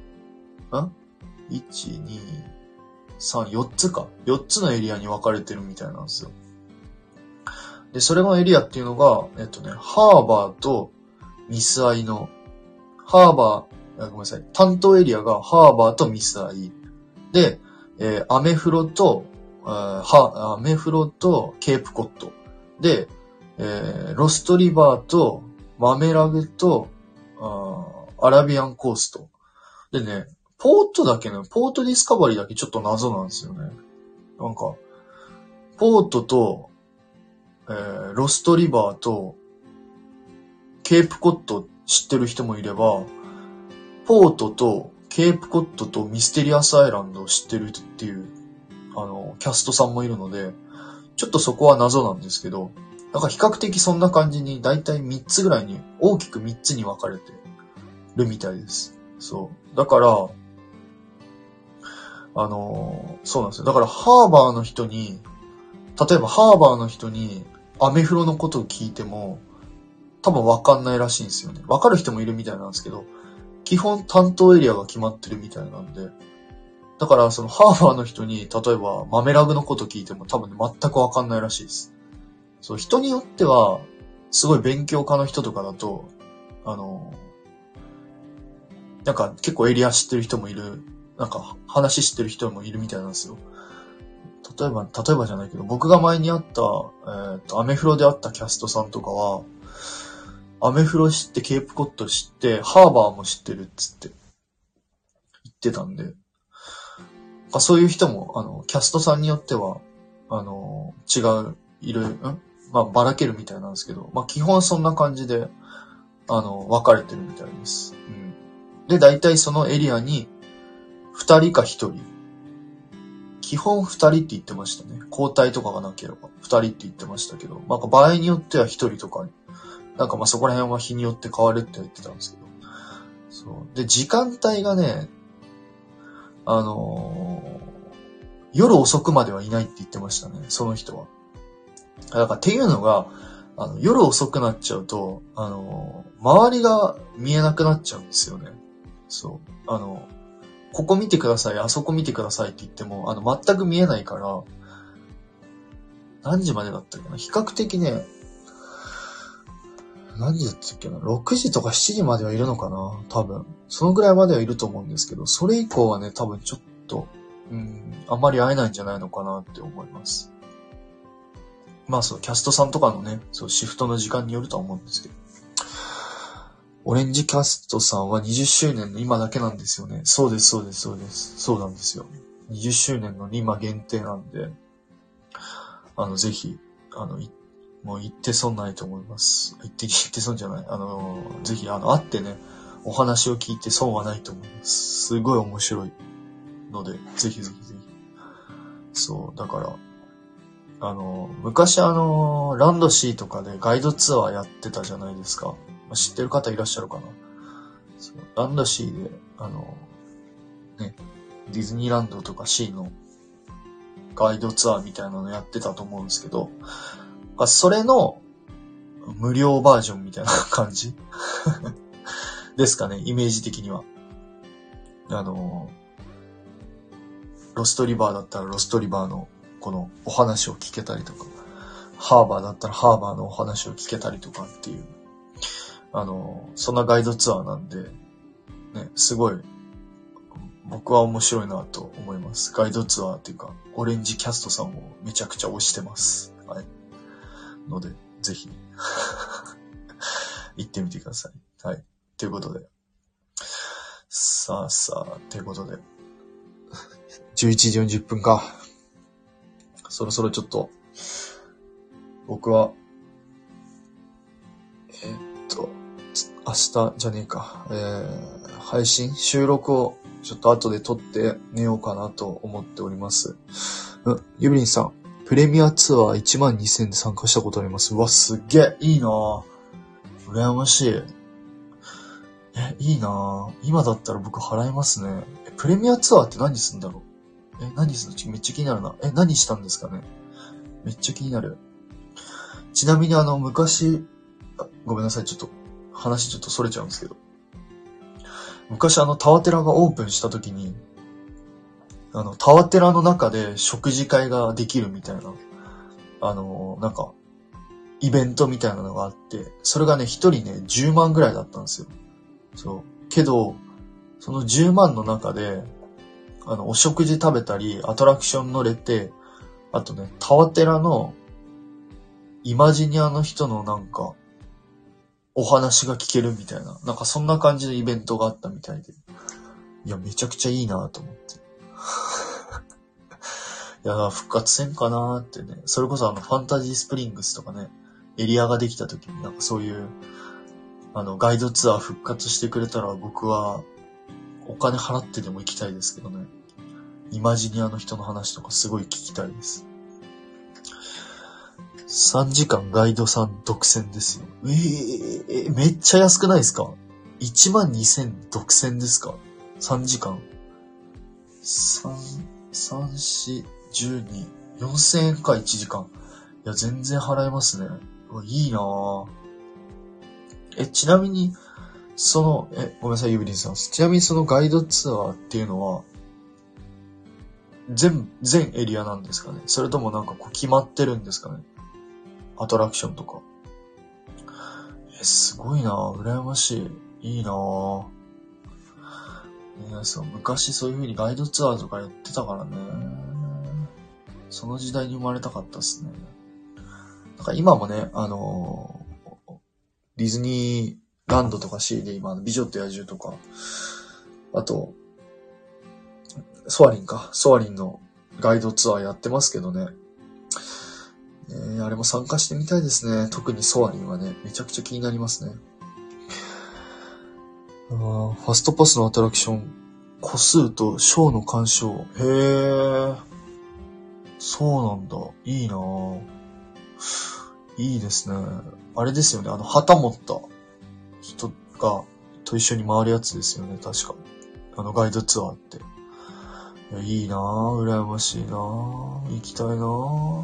いち、に、さん、よっつか。よっつのエリアに分かれてるみたいなんですよ。で、それのエリアっていうのが、えっとね、ハーバーとミスアイの、ハーバー、ごめんなさい、担当エリアがハーバーとミスアイ。で、えー、アメフロと、えー、は、アメフロとケープコット。で、えー、ロストリバーとマメラグと、あアラビアンコースト。でね、ポートだけね、ポートディスカバリーだけちょっと謎なんですよね。なんか、ポートと、えー、ロストリバーと、ケープコット知ってる人もいれば、ポートと、ケープコットとミステリアスアイランドを知ってるっていう、あの、キャストさんもいるので、ちょっとそこは謎なんですけど、なんか比較的そんな感じに、だいたいみっつぐらいに、大きくみっつに分かれてるみたいです。そう。だから、あのー、そうなんですよ。だからハーバーの人に、例えばハーバーの人にアメフロのことを聞いても、多分わかんないらしいんですよね。わかる人もいるみたいなんですけど、基本担当エリアが決まってるみたいなんで、だからそのハーバーの人に、例えばマメラグのこと聞いても多分、ね、全くわかんないらしいです。そう、人によっては、すごい勉強家の人とかだと、あのー、なんか結構エリア知ってる人もいる、なんか話知ってる人もいるみたいなんですよ。例えば、例えばじゃないけど、僕が前に会った、えっと、アメフロで会ったキャストさんとかは、アメフロ知って、ケープコット知って、ハーバーも知ってるっつって言ってたんで、そういう人も、あの、キャストさんによっては、あの、違う、いる、んまあ、ばらけるみたいなんですけど、まあ、基本そんな感じで、あの、分かれてるみたいです。うん。で、大体そのエリアに、二人か一人。基本二人って言ってましたね。交代とかがなければ。二人って言ってましたけど、まあ、場合によっては一人とかに。なんかまあそこら辺は日によって変わるって言ってたんですけど。そう。で、時間帯がね、あの夜遅くまではいないって言ってましたね、その人は。だからっていうのが、あの、夜遅くなっちゃうと、あの、周りが見えなくなっちゃうんですよね。そう。あの、ここ見てください、あそこ見てくださいって言っても、あの、全く見えないから、何時までだったっけな、比較的ね、何時だったっけな、ろくじとかしちじまではいるのかな、多分。そのぐらいまではいると思うんですけど、それ以降はね、多分ちょっと、うん、あんまり会えないんじゃないのかなって思います。まあそう、キャストさんとかのね、そう、シフトの時間によるとは思うんですけど。オレンジキャストさんはにじゅっしゅうねんの今だけなんですよね。そうです、そうです、そうです。そうなんですよ。にじゅっしゅうねんの今限定なんで、あの、ぜひ、あの、もう行って損ないと思います。行って、行って損じゃない。あの、ぜひ、あの、会ってね、お話を聞いて損はないと思います。すごい面白いので、ぜひぜひぜひ。そう、だから、あの、昔あの、ランドシーとかでガイドツアーやってたじゃないですか。知ってる方いらっしゃるかな。そう、ランドシーで、あの、ね、ディズニーランドとかシーのガイドツアーみたいなのやってたと思うんですけど、それの無料バージョンみたいな感じですかね、イメージ的には。あの、ロストリバーだったらロストリバーのこのお話を聞けたりとか、ハーバーだったらハーバーのお話を聞けたりとかっていう、あの、そんなガイドツアーなんで、ね、すごい、僕は面白いなと思います。ガイドツアーっていうか、オレンジキャストさんをめちゃくちゃ推してます。はい。ので、ぜひ、行ってみてください。はい。ということで。さあさあ、ということで。じゅういちじよんじゅっぷんか。そろそろちょっと、僕は、えー、っと、明日じゃねえか、えー、配信収録をちょっと後で撮って寝ようかなと思っております。うん、ユブリンさん、プレミアツアーいちまんにせんで参加したことあります。うわ、すっげえ、いいなぁ。羨ましい。え、いいなぁ。今だったら僕払いますね。え、プレミアツアーって何すんだろう。え、何すんの？めっちゃ気になるな。え、何したんですかね。めっちゃ気になる。ちなみにあの、昔、ごめんなさい、ちょっと、話ちょっと逸れちゃうんですけど。昔あの、タワテラがオープンした時に、あの、タワテラの中で食事会ができるみたいな、あの、なんか、イベントみたいなのがあって、それがね、一人ね、じゅうまんぐらいだったんですよ。そう。けど、そのじゅうまんの中で、あの、お食事食べたり、アトラクション乗れて、あとね、タワテラの、イマジニアの人のなんか、お話が聞けるみたいな、なんかそんな感じのイベントがあったみたいで。いや、めちゃくちゃいいなと思って。いや、復活せんかなーってね。それこそあの、ファンタジースプリングスとかね、エリアができた時になんかそういう、あの、ガイドツアー復活してくれたら僕は、お金払ってでも行きたいですけどね。イマジニアの人の話とかすごい聞きたいです。さんじかんガイドさん独占ですよ。えー、えー、めっちゃ安くないですか？ いちまんにせん独占ですか？ さん 時間。さん、さん、よん、じゅうに、よんせんえんかいちじかん。いや、全然払えますね。うわ、いいなぁ。え、ちなみに、その、え、ごめんなさい、ユブリンさん。ちなみにそのガイドツアーっていうのは、全、全エリアなんですかね？それともなんかこう決まってるんですかね？アトラクションとか。え、すごいなぁ。羨ましい。いいなぁ。ね、そう、昔そういう風にガイドツアーとかやってたからね。その時代に生まれたかったっすね。なんか今もね、あのー、ディズニーランドとか シーで今、美女と野獣とか、あと、ソアリンか。ソアリンのガイドツアーやってますけどね。えー、あれも参加してみたいですね。特にソアリンはね、めちゃくちゃ気になりますね。あー、ファストパスのアトラクション、個数とショーの鑑賞。へー。そうなんだ。いいなぁ。いいですね。あれですよね。あの、旗持った人が、と一緒に回るやつですよね。確か。あの、ガイドツアーって。 いや、いいなぁ、羨ましいなぁ、行きたいなぁ。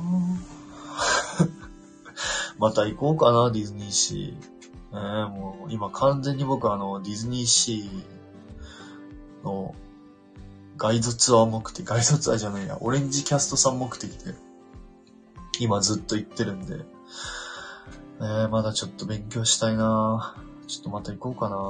また行こうかな、ディズニーシー。えー、もう、今完全に僕あの、ディズニーシーのガイドツアー目的、ガイドツアーじゃないや、オレンジキャストさん目的で、今ずっと行ってるんで、えー、まだちょっと勉強したいなぁ。ちょっとまた行こうかな。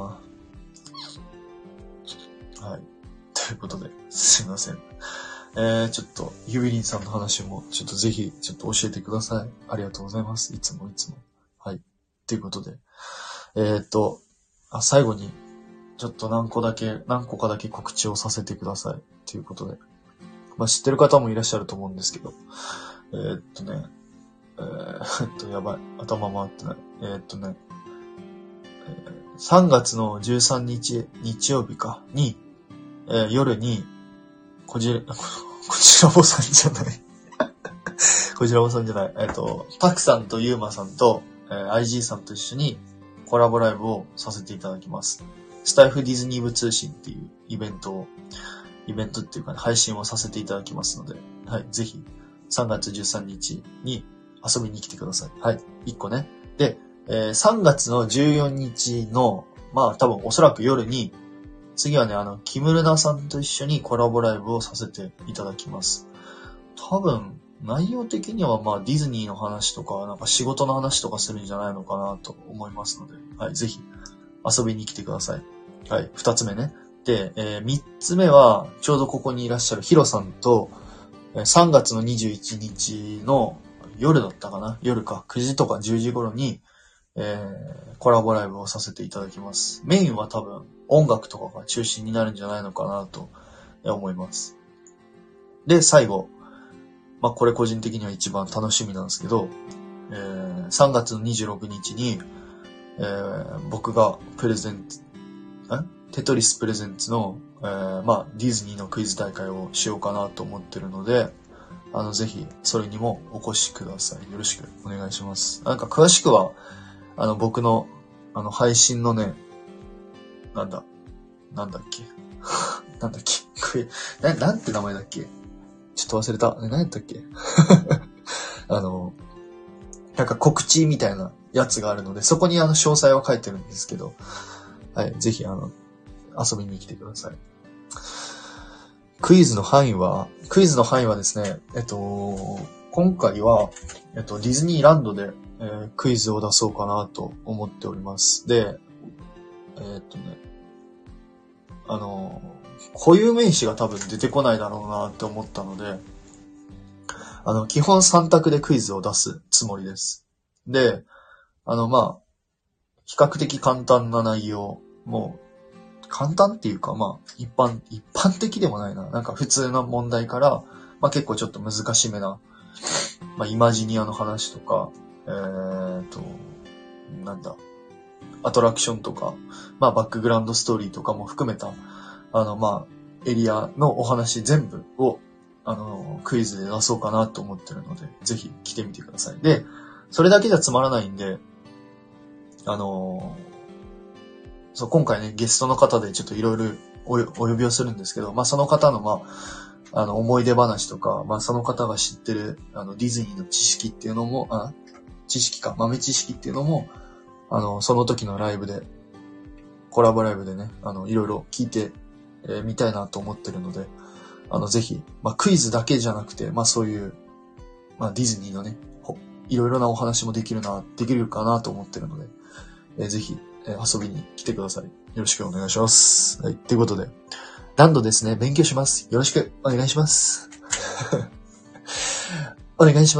はい。ということで、すいません。えー、ちょっと、ゆびりんさんの話も、ちょっとぜひ、ちょっと教えてください。ありがとうございます。いつもいつも。はい。ということで、えーっと、あ、最後に、ちょっと何個だけ、何個かだけ告知をさせてください。ということで。まあ、知ってる方もいらっしゃると思うんですけど、えー、っとね、えー、っと、やばい。頭回ってない。えー、っとね、えー、さんがつのじゅうさんにち、日曜日か、に、えー、夜に、こじら、こちらぼさんじゃない。こちらぼさんじゃない。えっと、たくさんとゆうまさんと、えー、アイジー さんと一緒にコラボライブをさせていただきます。スタイフディズニー部通信っていうイベントを、イベントっていうかね、配信をさせていただきますので、はい、ぜひ、さんがつじゅうさんにちに遊びに来てください。はい、いっこね。で、えー、さんがつのじゅうよっかの、まあ多分おそらく夜に、次はね、あの、キムルナさんと一緒にコラボライブをさせていただきます。多分、内容的にはまあディズニーの話とか、なんか仕事の話とかするんじゃないのかなと思いますので、はい、ぜひ遊びに来てください。はい、二つ目ね。で、えー、三つ目は、ちょうどここにいらっしゃるヒロさんと、さんがつのにじゅういちにちの夜だったかな、夜か、くじとかじゅうじ頃に、えー、コラボライブをさせていただきます。メインは多分音楽とかが中心になるんじゃないのかなと思います。で、最後。まあ、これ個人的には一番楽しみなんですけど、えー、さんがつのにじゅうろくにちに、えー、僕がプレゼンツ、んテトリスプレゼンツの、えー、まあ、ディズニーのクイズ大会をしようかなと思ってるので、あの、ぜひ、それにもお越しください。よろしくお願いします。なんか詳しくは、あの、僕の、あの、配信のね、なんだ、なんだっけなんだっけな、なんて名前だっけちょっと忘れた。何やったっけあの、なんか告知みたいなやつがあるので、そこにあの、詳細は書いてるんですけど、はい、ぜひあの、遊びに来てください。クイズの範囲は、クイズの範囲はですね、えっと、今回は、えっと、ディズニーランドで、えー、クイズを出そうかなと思っております。で、えー、っとね、あの、固有名詞が多分出てこないだろうなって思ったので、あの、基本さん択でクイズを出すつもりです。で、あの、まあ、比較的簡単な内容、もう、簡単っていうか、まあ、一般、一般的でもないな。なんか普通の問題から、まあ結構ちょっと難しめな、まあイマジニアの話とか、えーと、なんだ、アトラクションとか、まあバックグラウンドストーリーとかも含めた、あの、まあ、エリアのお話全部を、あの、クイズで出そうかなと思ってるので、ぜひ来てみてください。で、それだけじゃつまらないんで、あの、そう、今回ね、ゲストの方でちょっといろいろお呼びをするんですけど、まあその方の、まあ、あの、思い出話とか、まあその方が知ってる、あの、ディズニーの知識っていうのも、あ、知識か、豆知識っていうのも、あの、その時のライブで、コラボライブでね、あの、いろいろ聞いて、えー、みたいなと思ってるので、あの、ぜひ、まあクイズだけじゃなくて、まあそういう、まあディズニーのね、いろいろなお話もできるな、できるかなと思ってるので、えー、ぜひ、遊びに来てください。よろしくお願いします。はい。ということで、ランドですね、勉強します。よろしくお願いします。お願いします。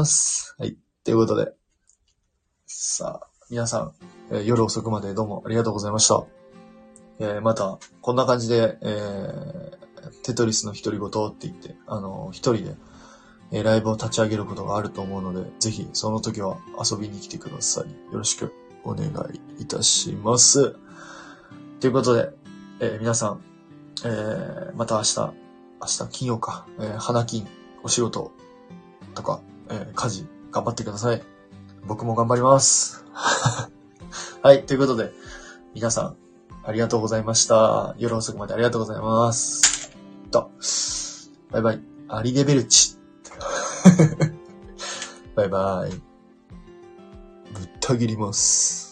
はい。ということで、さあ、皆さん、えー、夜遅くまでどうもありがとうございました。えー、また、こんな感じで、えー、テトリスの独り言って言って、あのー、一人で、えー、ライブを立ち上げることがあると思うので、ぜひ、その時は遊びに来てください。よろしくお願いいたします。ということで、えー、皆さん、えー、また明日、明日金曜か、えー、花金、お仕事とか、えー、家事、頑張ってください。僕も頑張ります。はい、ということで、皆さん、ありがとうございました。夜遅くまでありがとうございます。とバイバイ。アリゲベルチ。バイバイ。ぶった切ります。